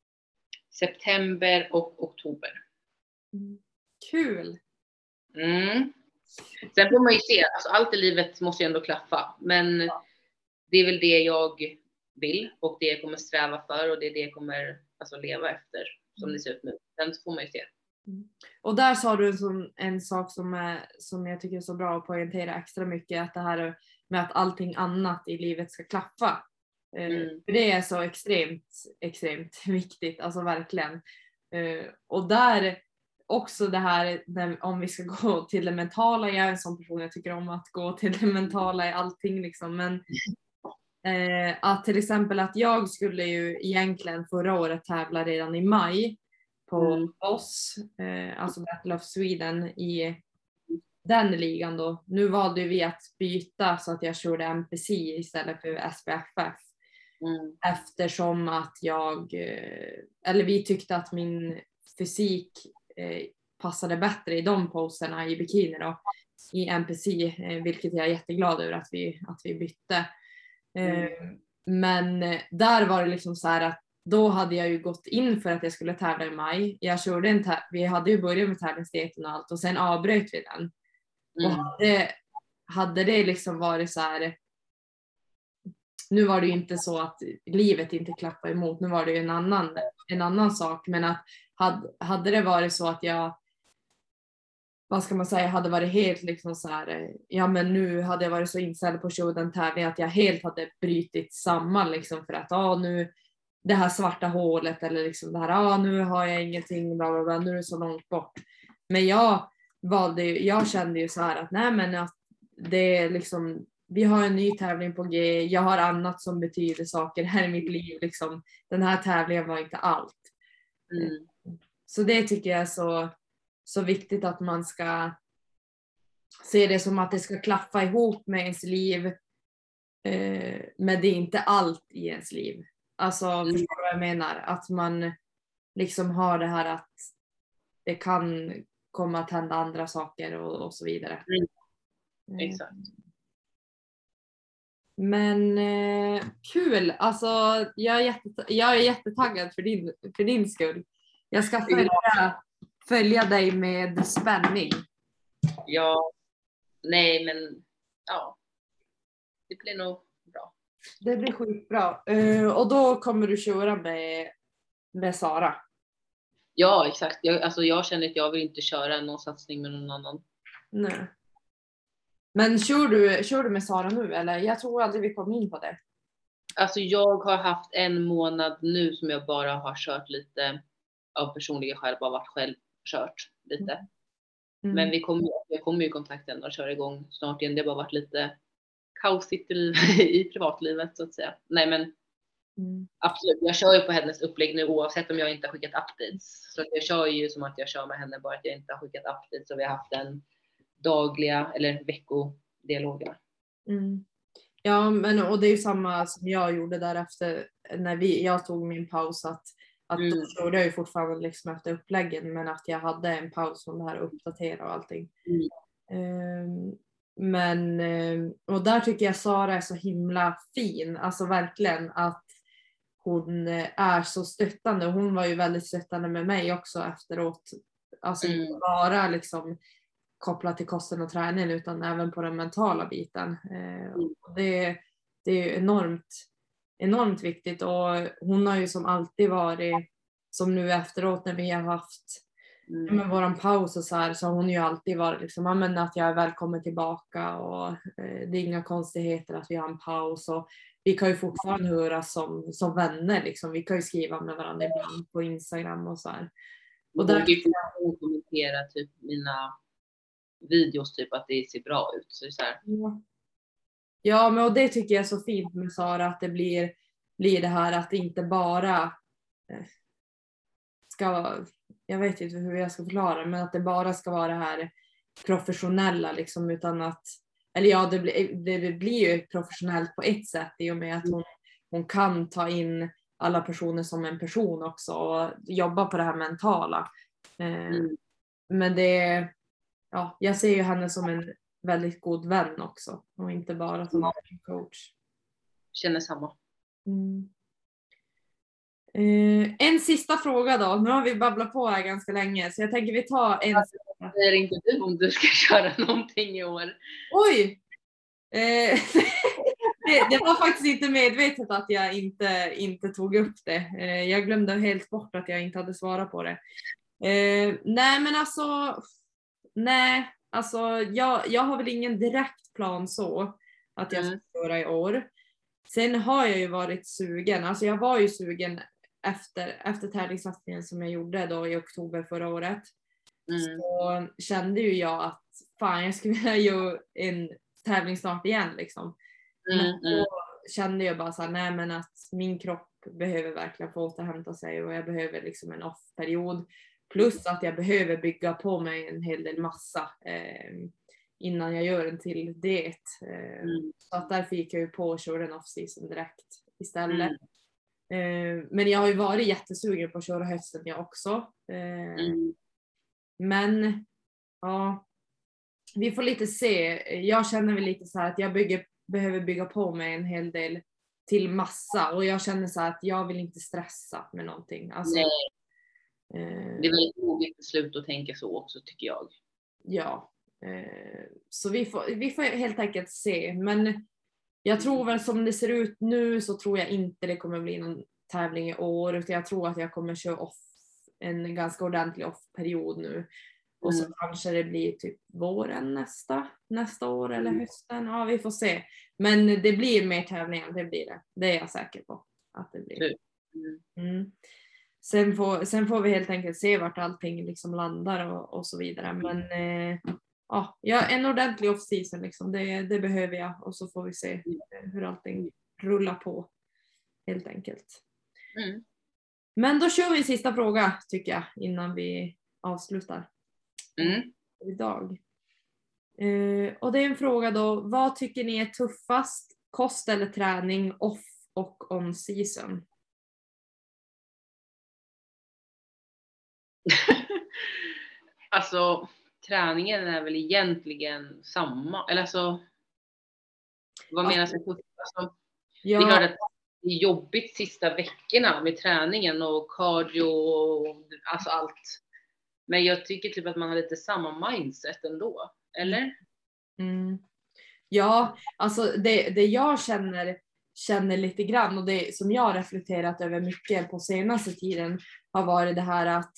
September och oktober. Mm. Kul! Mm. Sen får man ju se, alltså allt i livet måste ju ändå klaffa. Men det är väl det jag vill och det jag kommer sträva för och det är det jag kommer alltså, leva efter som det ser ut nu. Sen så får man ju se. Mm. Och där sa du en, sån, en sak som, är, som jag tycker är så bra att poängtera extra mycket, att det här med att allting annat i livet ska klaffa. Mm. För det är så extremt, extremt viktigt, alltså verkligen. Uh, och där också det här, om vi ska gå till det mentala, jag är en sån person, jag tycker om att gå till det mentala i allting liksom, men uh, att till exempel att jag skulle ju egentligen förra året tävla redan i maj på mm. oss, uh, alltså Battle of Sweden i den ligan då. Nu valde vi att byta så att jag körde M P C istället för S B F F. Mm. Eftersom att jag, eller vi tyckte att min fysik eh, passade bättre i de poserna i bikini då, i M P C, eh, vilket jag är jätteglad över att vi, att vi bytte. Eh, mm. Men där var det liksom så här att då hade jag ju gått in för att jag skulle tävla i maj. Jag körde en tä- vi hade ju börjat med tävlingsdieten och allt och sen avbröt vi den. Mm. Och hade, hade det liksom varit så här, nu var det ju inte så att livet inte klappade emot, nu var det ju en annan, en annan sak, men att hade, hade det varit så att jag, vad ska man säga, hade varit helt liksom så här, ja men nu hade jag varit så inställd på showden tävling att jag helt hade brytit samman liksom för att ja ah, nu det här svarta hålet eller liksom det här, ja ah, nu har jag ingenting, bla bla bla, nu är det så långt bort. Men jag valde ju, jag kände ju så här att nej men att det är liksom, vi har en ny tävling på G, jag har annat som betyder saker här i mitt liv liksom. Den här tävlingen var inte allt. Mm. Så det tycker jag är så, så viktigt att man ska se det som att det ska klaffa ihop med ens liv, eh, men det är inte allt i ens liv. Alltså mm. förstår du vad jag menar? Att man liksom har det här att det kan komma att hända andra saker och, och så vidare. Mm. Mm. Exakt. Men eh, kul, alltså jag är, jättet- jag är jättetaggad för din, för din skull. Jag ska följa, följa dig med spänning. Ja, nej men ja, det blir nog bra. Det blir skitbra. Uh, och då kommer du köra med, med Sara? Ja, exakt. Jag, alltså jag känner att jag vill inte köra någon satsning med någon annan. Nej. Men kör du, kör du med Sara nu eller? Jag tror aldrig vi kom in på det. Alltså jag har haft en månad nu som jag bara har kört lite av personliga skäl, bara varit själv kört lite. Mm. Men vi kommer, jag kommer ju i kontakten och köra igång snart igen. Det har bara varit lite kaosigt i, i privatlivet så att säga. Nej men mm. absolut, jag kör ju på hennes upplägg nu oavsett om jag inte har skickat updates. Så att jag kör ju som att jag kör med henne, bara att jag inte har skickat updates. Så vi har haft en dagliga eller veckodialogerna. Mm. Ja, men och det är ju samma som jag gjorde därefter när vi, jag tog min paus, att, att mm. då körde jag ju fortfarande liksom efter uppläggen, men att jag hade en paus från det här att uppdatera och allting. Mm. Um, men och där tycker jag Sara är så himla fin, alltså verkligen att hon är så stöttande. Hon var ju väldigt stöttande med mig också efteråt, alltså mm. inte bara liksom kopplat till kosten och träningen utan även på den mentala biten. Mm. Det, det är enormt, enormt viktigt och hon har ju som alltid varit, som nu efteråt när vi har haft mm. med våran paus och så här, så har hon ju alltid varit liksom, ja, men att jag är välkommen tillbaka och eh, det är inga konstigheter att vi har en paus och vi kan ju fortfarande höra som, som vänner liksom, vi kan ju skriva med varandra ibland på Instagram och så här. Och där kan jag kommentera typ mina videos typ att det ser bra ut så, så här. Ja. Ja, men och det tycker jag är så fint med Sara, att det blir, blir det här att det inte bara eh, ska, jag vet inte hur jag ska förklara, men att det bara ska vara det här professionella liksom, utan att, eller ja, det blir, det blir ju professionellt på ett sätt i och med att hon hon kan ta in alla personer som en person också och jobba på det här mentala. Eh, Mm. Men det, ja, jag ser ju henne som en väldigt god vän också och inte bara som en coach. Känner samma. Mm. Eh, en sista fråga då. Nu har vi babblat på här ganska länge så jag tänker vi tar en Alltså, sista. säger inte du om du ska köra någonting i år? Oj! Eh, det, det var faktiskt inte medvetet att jag inte, inte tog upp det. Eh, jag glömde helt bort att jag inte hade svarat på det. Eh, nej men alltså, nej, alltså jag, jag har väl ingen direkt plan så att jag ska Mm. göra i år. Sen har jag ju varit sugen, alltså jag var ju sugen efter, efter tävlingssatsningen som jag gjorde då i oktober förra året. Mm. Så kände ju jag att fan jag skulle vilja göra en tävling snart igen liksom. Men Mm. då kände jag bara så här, nej men att min kropp behöver verkligen få återhämta sig och jag behöver liksom en off-period. Plus att jag behöver bygga på mig en hel del massa eh, innan jag gör en till diet. Eh, Mm. Så att därför gick jag ju på och körde en off-season direkt istället. Mm. Eh, men jag har ju varit jättesugen på att köra hösten jag också. Eh, Mm. Men ja, vi får lite se. Jag känner väl lite så här att jag bygger, behöver bygga på mig en hel del till massa och jag känner så här att jag vill inte stressa med någonting. Alltså, Nej. eh, Det är väldigt moget beslut att tänka så också tycker jag. Ja, eh, så vi får, vi får helt enkelt se. Men jag tror väl som det ser ut nu så tror jag inte det kommer bli någon tävling i år utan jag tror att jag kommer köra off en ganska ordentlig off-period nu. Och så Mm. kanske det blir typ våren nästa, nästa år eller Mm. hösten. Ja, vi får se. Men det blir mer tävlingar, det blir det. Det är jag säker på att det blir. Mm. Mm. Sen, får, sen får vi helt enkelt se vart allting liksom landar och, och så vidare. Men eh, ja, ja, en ordentlig off-season liksom, det, det behöver jag. Och så får vi se hur allting rullar på helt enkelt. Mm. Men då kör vi en sista fråga tycker jag innan vi avslutar. Mm. Idag. Eh, och det är en fråga då, vad tycker ni är tuffast? Kost eller träning off och on season? Alltså träningen är väl egentligen samma, eller alltså vad menas med tuffast? Alltså, Ja, det är klart att det är jobbigt sista veckorna med träningen och cardio och alltså allt. Men jag tycker typ att man har lite samma mindset ändå, eller? Mm. Ja, alltså det, det jag känner, känner lite grann och det som jag har reflekterat över mycket på senaste tiden har varit det här att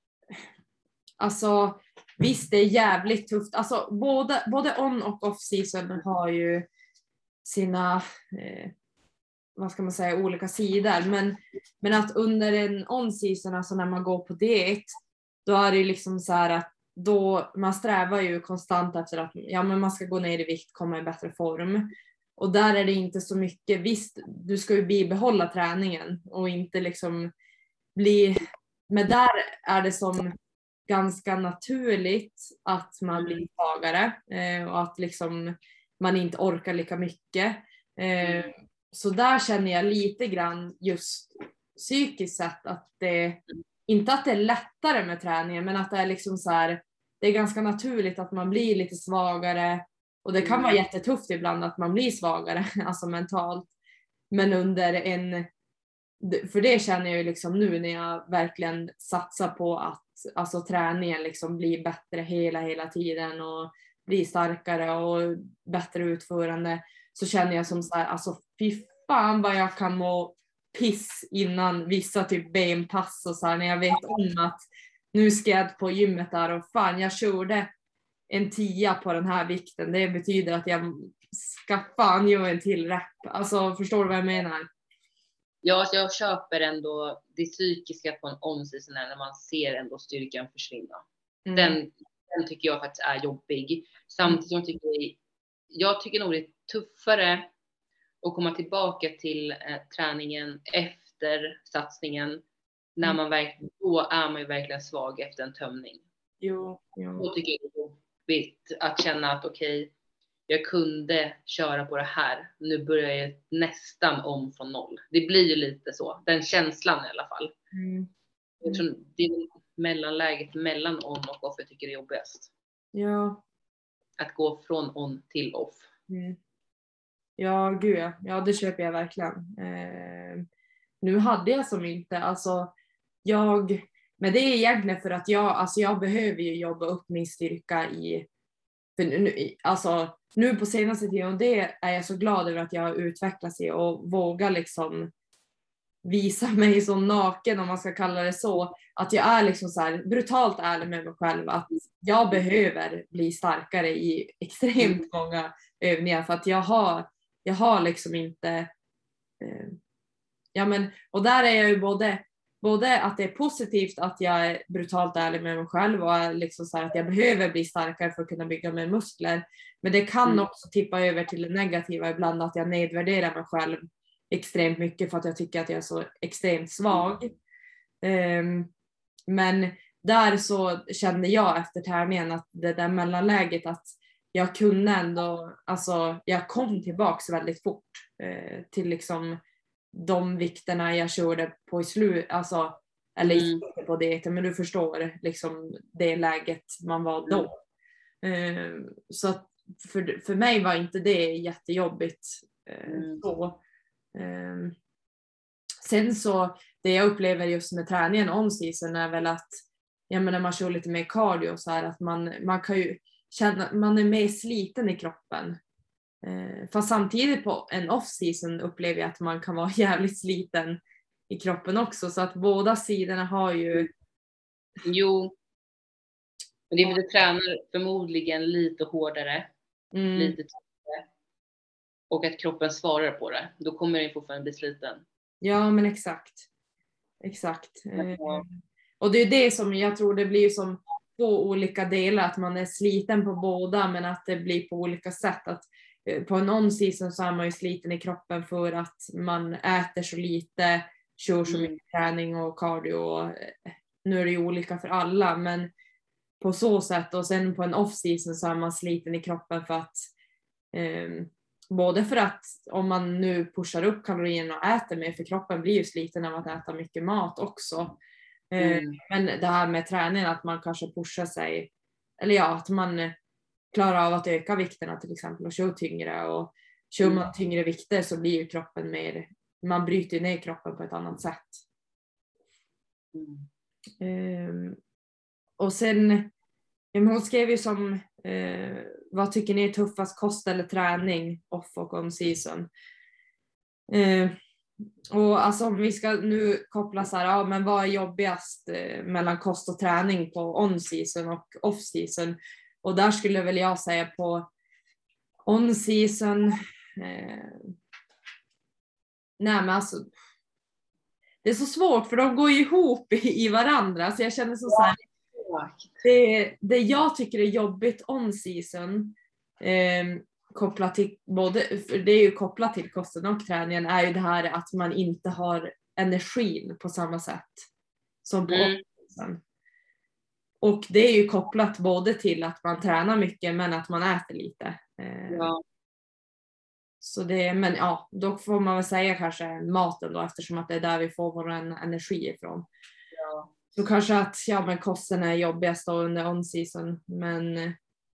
alltså visst det är jävligt tufft, alltså både, både on och off season har ju sina eh, vad ska man säga, olika sidor, men, men att under en on season, alltså när man går på diet, då är det ju liksom så här att då, man strävar ju konstant efter att ja, men man ska gå ner i vikt, komma i bättre form. Och där är det inte så mycket, visst du ska ju bibehålla träningen och inte liksom bli, men där är det som ganska naturligt att man blir svagare eh, och att liksom man inte orkar lika mycket. Eh, så där känner jag lite grann just psykiskt sett att det, inte att det är lättare med träningen, men att det är liksom så här, det är ganska naturligt att man blir lite svagare och det kan vara jättetufft ibland att man blir svagare, alltså mentalt. Men under en, för det känner jag ju liksom nu när jag verkligen satsar på att alltså träningen liksom blir bättre hela, hela tiden och blir starkare och bättre utförande, så känner jag som så här, alltså fy fan vad jag kan må piss innan vissa typ benpass och så här, när jag vet om att nu ska jag på gymmet där och fan jag körde en tia på den här vikten, det betyder att jag ska fan göra en till rep. Alltså förstår du vad jag menar? Ja, så jag köper ändå det psykiska på en on-season när man ser ändå styrkan försvinna. Mm. Den, den tycker jag faktiskt är jobbig. Samtidigt som jag tycker, jag tycker nog det är tuffare att komma tillbaka till eh, träningen efter satsningen. När man verkligen, då är man ju verkligen svag efter en tömning. Jo, jo. Då tycker jag det är jobbigt att känna att okej, okay, jag kunde köra på det här. Nu börjar jag nästan om från noll. Det blir ju lite så. Den känslan i alla fall. Mm. Mm. Jag tror det är mellanläget mellan on och off jag tycker är jobbigast. Ja. Att gå från on till off. Mm. Ja, gud ja. Ja, det köper jag verkligen. Eh, nu hade jag som inte, alltså jag, men det är egentligen för att jag, alltså jag behöver ju jobba upp min styrka i, för nu, alltså nu på senaste tiden, och det är jag så glad över att jag har utvecklats i och vågar liksom visa mig så naken, om man ska kalla det så, att jag är liksom så här brutalt ärlig med mig själv att jag behöver bli starkare i extremt många övningar för att jag har jag har liksom inte eh, ja men, och där är jag ju både både att det är positivt att jag är brutalt ärlig med mig själv och är liksom så här att jag behöver bli starkare för att kunna bygga mer muskler, men det kan Mm. också tippa över till det negativa ibland, att jag nedvärderar mig själv extremt mycket för att jag tycker att jag är så extremt svag. Um, men där så kände jag efter träningen att det där mellanläget, att jag kunde ändå, alltså jag kom tillbaks väldigt fort eh, till liksom de vikterna jag körde på i slut, alltså eller i slutet på dieten, men du förstår liksom det läget man var då. Eh, så att för, för mig var inte det jättejobbigt eh, Mm. så. Um, sen så det jag upplever just med träningen on season är väl att jag menar, man kör lite mer cardio så här, att man, man kan ju känna, man är mer sliten i kroppen, uh, fast samtidigt på en off season upplever jag att man kan vara jävligt sliten i kroppen också, så att båda sidorna har ju. Jo, men det är för att du tränar förmodligen lite hårdare, mm. lite tuffare, och att kroppen svarar på det. Då kommer den fortfarande bli sliten. Ja, men exakt. Exakt. Mm. Och det är det som jag tror det blir som två olika delar. Att man är sliten på båda, men att det blir på olika sätt. Att på en on-season så är man ju sliten i kroppen för att man äter så lite, kör så mycket mm. träning och cardio. Nu är det ju olika för alla, men på så sätt. Och sen på en off-season så är man sliten i kroppen för att um, både för att om man nu pushar upp kalorierna och äter mer, för kroppen blir ju sliten av att äta mycket mat också. Mm. Men det här med träningen, att man kanske pushar sig, eller ja, att man klarar av att öka vikterna till exempel och kör tyngre, och kör man tyngre vikter så blir ju kroppen mer, man bryter ner kroppen på ett annat sätt. Mm. Um, och sen hon skrev ju som eh, vad tycker ni är tuffast, kost eller träning off och on season? Eh, och alltså om vi ska nu koppla så här, ja, men vad är jobbigast eh, mellan kost och träning på on season och off season? Och där skulle väl jag säga på on season eh, nej men alltså det är så svårt för de går ju ihop i, i varandra, så jag känner så, så här. Det, det jag tycker är jobbigt on season eh, kopplat till både, det är ju kopplat till kosten och träningen, är ju det här att man inte har energin på samma sätt som på mm. off season. Och det är ju kopplat både till att man tränar mycket men att man äter lite. Eh, ja. Så det, men ja, då får man väl säga kanske maten då, eftersom att det är där vi får vår energi ifrån. Ja. Så kanske att ja, men kosten är jobbigast då under on season, men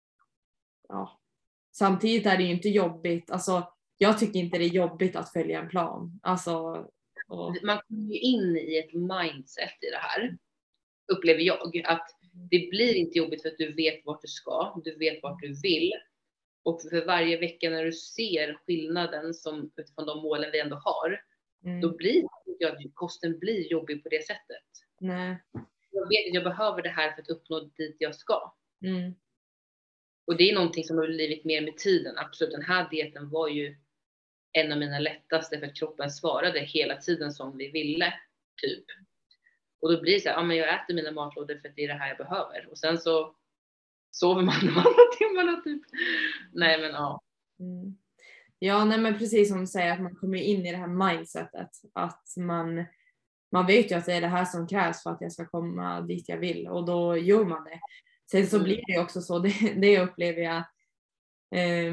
ja, samtidigt är det ju inte jobbigt, alltså jag tycker inte det är jobbigt att följa en plan, alltså och... man kommer ju in i ett mindset i det här, upplever jag, att det blir inte jobbigt för att du vet vart du ska, du vet vart du vill, och för varje vecka när du ser skillnaden som utifrån de målen vi ändå har, mm. då blir ja, kosten blir jobbig på det sättet. Nej. Jag vet att jag behöver det här för att uppnå dit jag ska. Mm. Och det är någonting som har blivit mer med tiden. Absolut, den här dieten var ju en av mina lättaste för att kroppen svarade hela tiden som vi ville, typ. Och då blir det så här, ja men jag äter mina matlådor för att det är det här jag behöver. Och sen så sover man de andra timmarna typ. Nej men ja. Mm. Ja, nej men precis som du säger, att man kommer in i det här mindsetet. Att man, man vet ju att det är det här som krävs för att jag ska komma dit jag vill. Och då gör man det. Sen så mm. blir det också så, det, det upplever jag. Eh,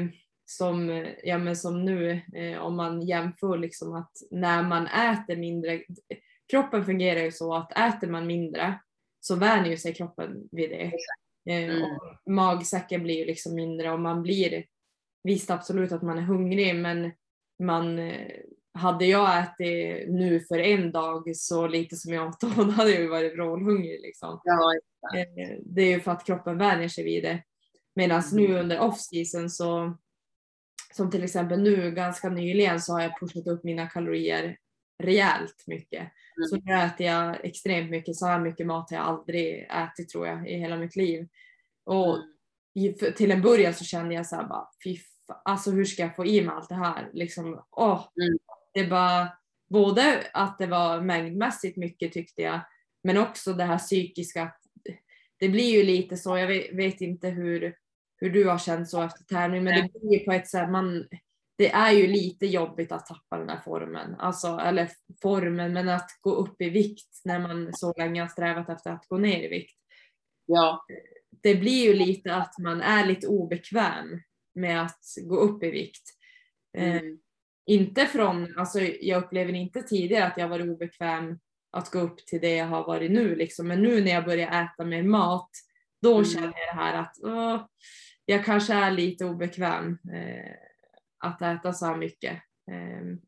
som, ja, men som nu eh, om man jämför liksom att när man äter mindre, kroppen fungerar ju så att äter man mindre så vänjer ju sig kroppen vid det. Eh, Mm. och magsäcken blir ju liksom mindre och man blir, visst absolut att man är hungrig, men man, eh, hade jag ätit nu för en dag så lite som jag åt då, då hade jag ju varit vrålhungrig liksom. Ja, eh, det är ju för att kroppen vänjer sig vid det. Medan nu under off-season så, som till exempel nu ganska nyligen, så har jag pushat upp mina kalorier rejält mycket. Mm. Så nu äter jag extremt mycket, så här mycket mat har jag aldrig ätit tror jag i hela mitt liv. Och Mm. i, för, till en början så kände jag så här bara, fy fan, alltså hur ska jag få i mig allt det här? Liksom, åh, Mm. det var både att det var mängdmässigt mycket tyckte jag, men också det här psykiska. Det blir ju lite så, jag vet, vet inte hur, hur du har känt så efter tävling, men det blir ju på ett sätt, man, det är ju lite jobbigt att tappa den här formen, alltså, eller formen, men att gå upp i vikt när man så länge har strävat efter att gå ner i vikt. Ja. Det blir ju lite att man är lite obekväm med att gå upp i vikt. Mm. Eh, inte från, alltså jag upplever inte tidigare att jag var obekväm att gå upp till det jag har varit nu liksom. Men nu när jag börjar äta mer mat, då Mm. känner jag det här att åh, jag kanske är lite obekväm eh, att äta så här mycket. Eh,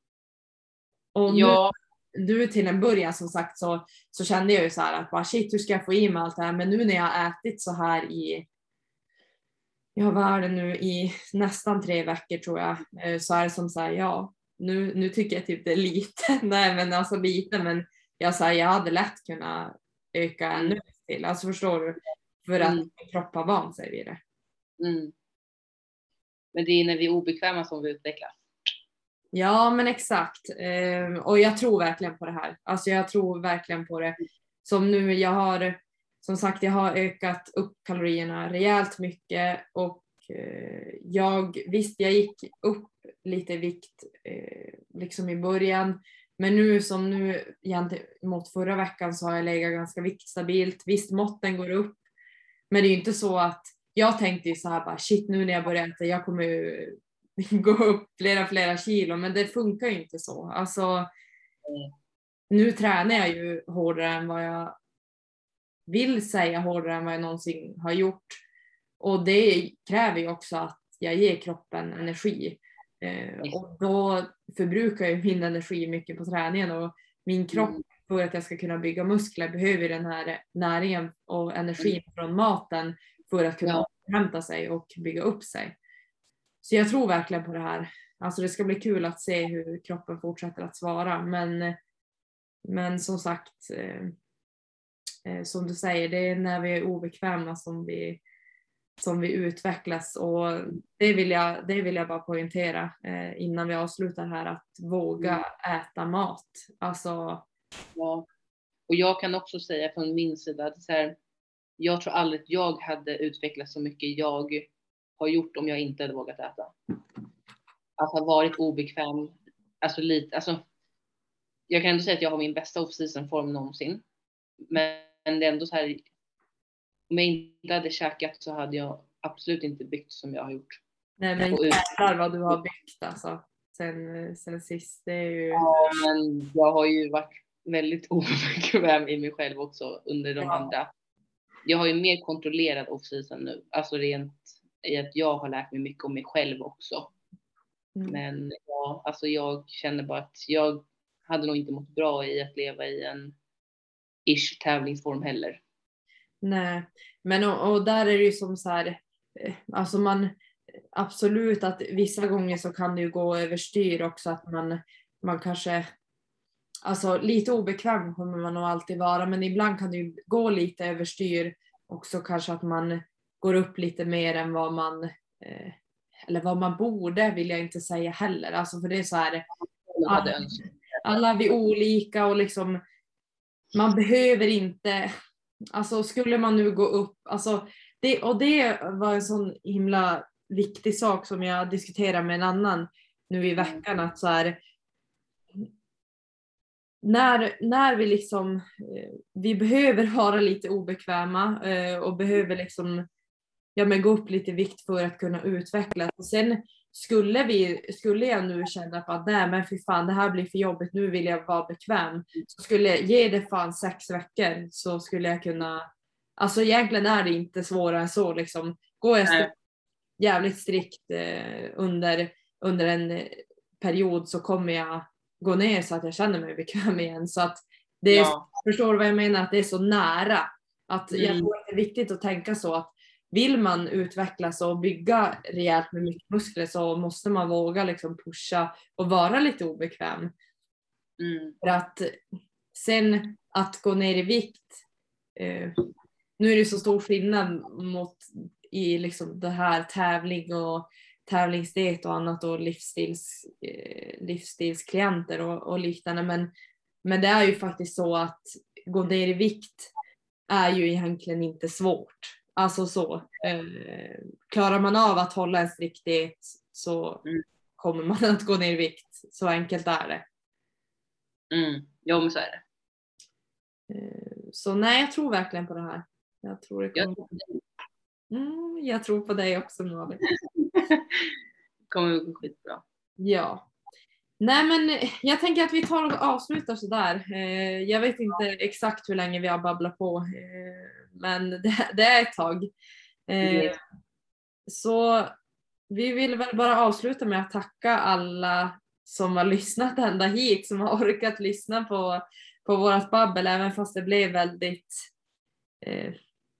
och Ja. nu, nu till en början som sagt så, så kände jag ju så här att bara shit, hur ska jag få i mig allt det här? Men nu när jag har ätit så här i, jag var det nu i nästan tre veckor tror jag, eh, så är det som så här, ja, nu, nu tycker jag typ det är lite, nej men alltså lite, men jag sa jag hade lätt kunnat öka ännu Mm. till, alltså förstår du, för att Mm. kropp har vant sig vid det. Mm. Men det är när vi är obekväma som vi utvecklas. Ja men exakt, eh, och jag tror verkligen på det här, alltså jag tror verkligen på det, som nu jag har, som sagt jag har ökat upp kalorierna rejält mycket och eh, jag, visst jag gick upp lite vikt eh, liksom i början, men nu som nu gentemot förra veckan så har jag legat ganska viktstabilt, visst måtten går upp, men det är ju inte så att jag tänkte ju så här bara shit, nu när jag börjar äta jag kommer ju gå upp flera flera kilo, men det funkar ju inte så, alltså Mm. nu tränar jag ju hårdare än vad jag vill säga, hårdare än vad jag någonsin har gjort. Och det kräver ju också att jag ger kroppen energi. Eh, och då förbrukar jag min energi mycket på träningen. Och min kropp, Mm. för att jag ska kunna bygga muskler, behöver den här näringen och energin från maten för att kunna Ja. hämta sig och bygga upp sig. Så jag tror verkligen på det här. Alltså det ska bli kul att se hur kroppen fortsätter att svara. Men, men som sagt, eh, eh, som du säger, det är när vi är obekväma som vi, som vi utvecklas. Och det vill jag, det vill jag bara poängtera eh, innan vi avslutar här, att våga äta mat. Alltså, Ja. Och jag kan också säga från min sida att så här, jag tror aldrig att jag hade utvecklats så mycket jag har gjort om jag inte hade vågat äta. Att ha varit obekväm, alltså lite, alltså jag kan ändå säga att jag har min bästa off-season form någonsin. Men det är ändå så här, om jag inte hade käkat så hade jag absolut inte byggt som jag har gjort. nej men Och ut- jävlar vad du har byggt alltså. Sen, sen sist, det är ju... Ja, men jag har ju varit väldigt obekväm i mig själv också under de Ja. andra. Jag har ju mer kontrollerad off-season nu. Alltså rent i att jag har lärt mig mycket om mig själv också. Mm. Men ja, alltså jag känner bara att jag hade nog inte mått bra i att leva i en ish tävlingsform heller. Nej, men och, och där är det ju som så här, eh, alltså man, absolut att vissa gånger så kan det ju gå överstyr också, att man, man kanske, alltså lite obekväm kommer man nog alltid vara, men ibland kan det ju gå lite överstyr också, kanske att man går upp lite mer än vad man, eh, eller vad man borde, vill jag inte säga heller, alltså för det är så här, Jag hade alla, önskat. alla är vi olika och liksom, man behöver inte, alltså skulle man nu gå upp, alltså det, och det var en sån himla viktig sak som jag diskuterade med en annan nu i veckan, att så här, när, när vi liksom, eh, vi behöver vara lite obekväma eh, och behöver liksom, ja, men gå upp lite vikt för att kunna utvecklas. Och sen skulle, vi, skulle jag nu känna på att nej men fy fan det här blir för jobbigt, nu vill jag vara bekväm. Så skulle jag ge det fan sex veckor så skulle jag kunna, alltså egentligen är det inte svårare än så liksom. Går jag strikt, jävligt strikt eh, under, under en period så kommer jag gå ner så att jag känner mig bekväm igen. Så att det är, ja. Förstår du vad jag menar? Att det är så nära. Att mm. jag tror att det är viktigt att tänka så att vill man utvecklas och bygga rejält med mycket muskler så måste man våga liksom pusha och vara lite obekväm. Mm. För att sen att gå ner i vikt, eh, nu är det så stor skillnad mot i liksom det här tävling och tävlingsdiet och annat och livsstils, eh, livsstilsklienter och, och liknande. Men, men det är ju faktiskt så att gå ner i vikt är ju egentligen inte svårt. Alltså så, eh, klarar man av att hålla en strikt diet så mm. kommer man att gå ner i vikt. Så enkelt är det. Mm. Jo, men så är det. Eh, så nej, jag tror verkligen på det här. Jag tror det kommer... jag, mm, jag tror på dig också, Malin. kommer att gå skitbra. Ja. Nej men jag tänker att vi tar och avslutar sådär. Eh, jag vet inte exakt hur länge vi har babblat på. Eh, men det, det är ett tag. Eh, yes. Så vi vill väl bara avsluta med att tacka alla som har lyssnat ända hit. Som har orkat lyssna på, på vårat babbel. Även fast det blev väldigt... Eh,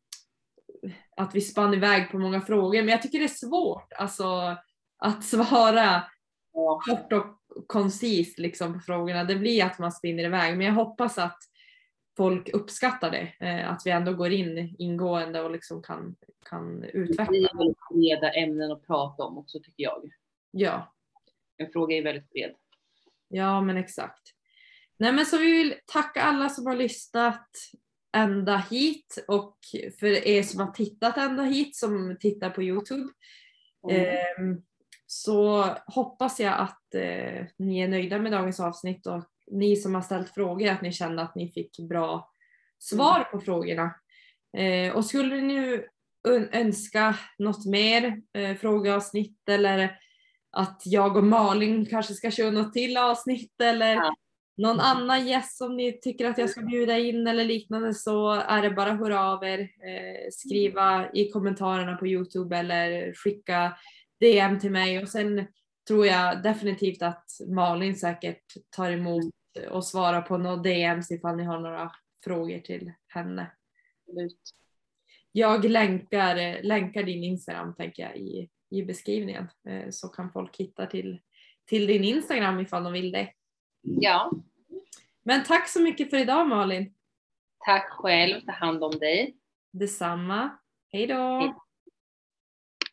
att vi spann iväg på många frågor. Men jag tycker det är svårt alltså, att svara kort och koncist liksom på frågorna. Det blir att man spinner iväg. Men jag hoppas att folk uppskattar det. Eh, att vi ändå går in ingående och liksom kan, kan utveckla. Det är väldigt breda ämnen att prata om också tycker jag. Ja. En fråga är väldigt bred. Ja men exakt. Nej men så vi vill tacka alla som har lyssnat ända hit. Och för er som har tittat ända hit som tittar på YouTube. Mm. Eh, Så hoppas jag att eh, ni är nöjda med dagens avsnitt och ni som har ställt frågor att ni kände att ni fick bra svar på frågorna. Eh, och skulle ni nu önska något mer eh, frågeavsnitt eller att jag och Malin kanske ska köra något till avsnitt eller ja. någon annan gäst som ni tycker att jag ska bjuda in eller liknande så är det bara att höra av er. Eh, skriva i kommentarerna på YouTube eller skicka D M till mig och sen tror jag definitivt att Malin säkert tar emot och svarar på några D Ms ifall ni har några frågor till henne. Absolut. Jag länkar, länkar din Instagram tänker jag i, i beskrivningen så kan folk hitta till, till din Instagram ifall de vill det. Ja. Men tack så mycket för idag Malin. Tack själv, ta hand om dig. Detsamma. Hej då. Hej.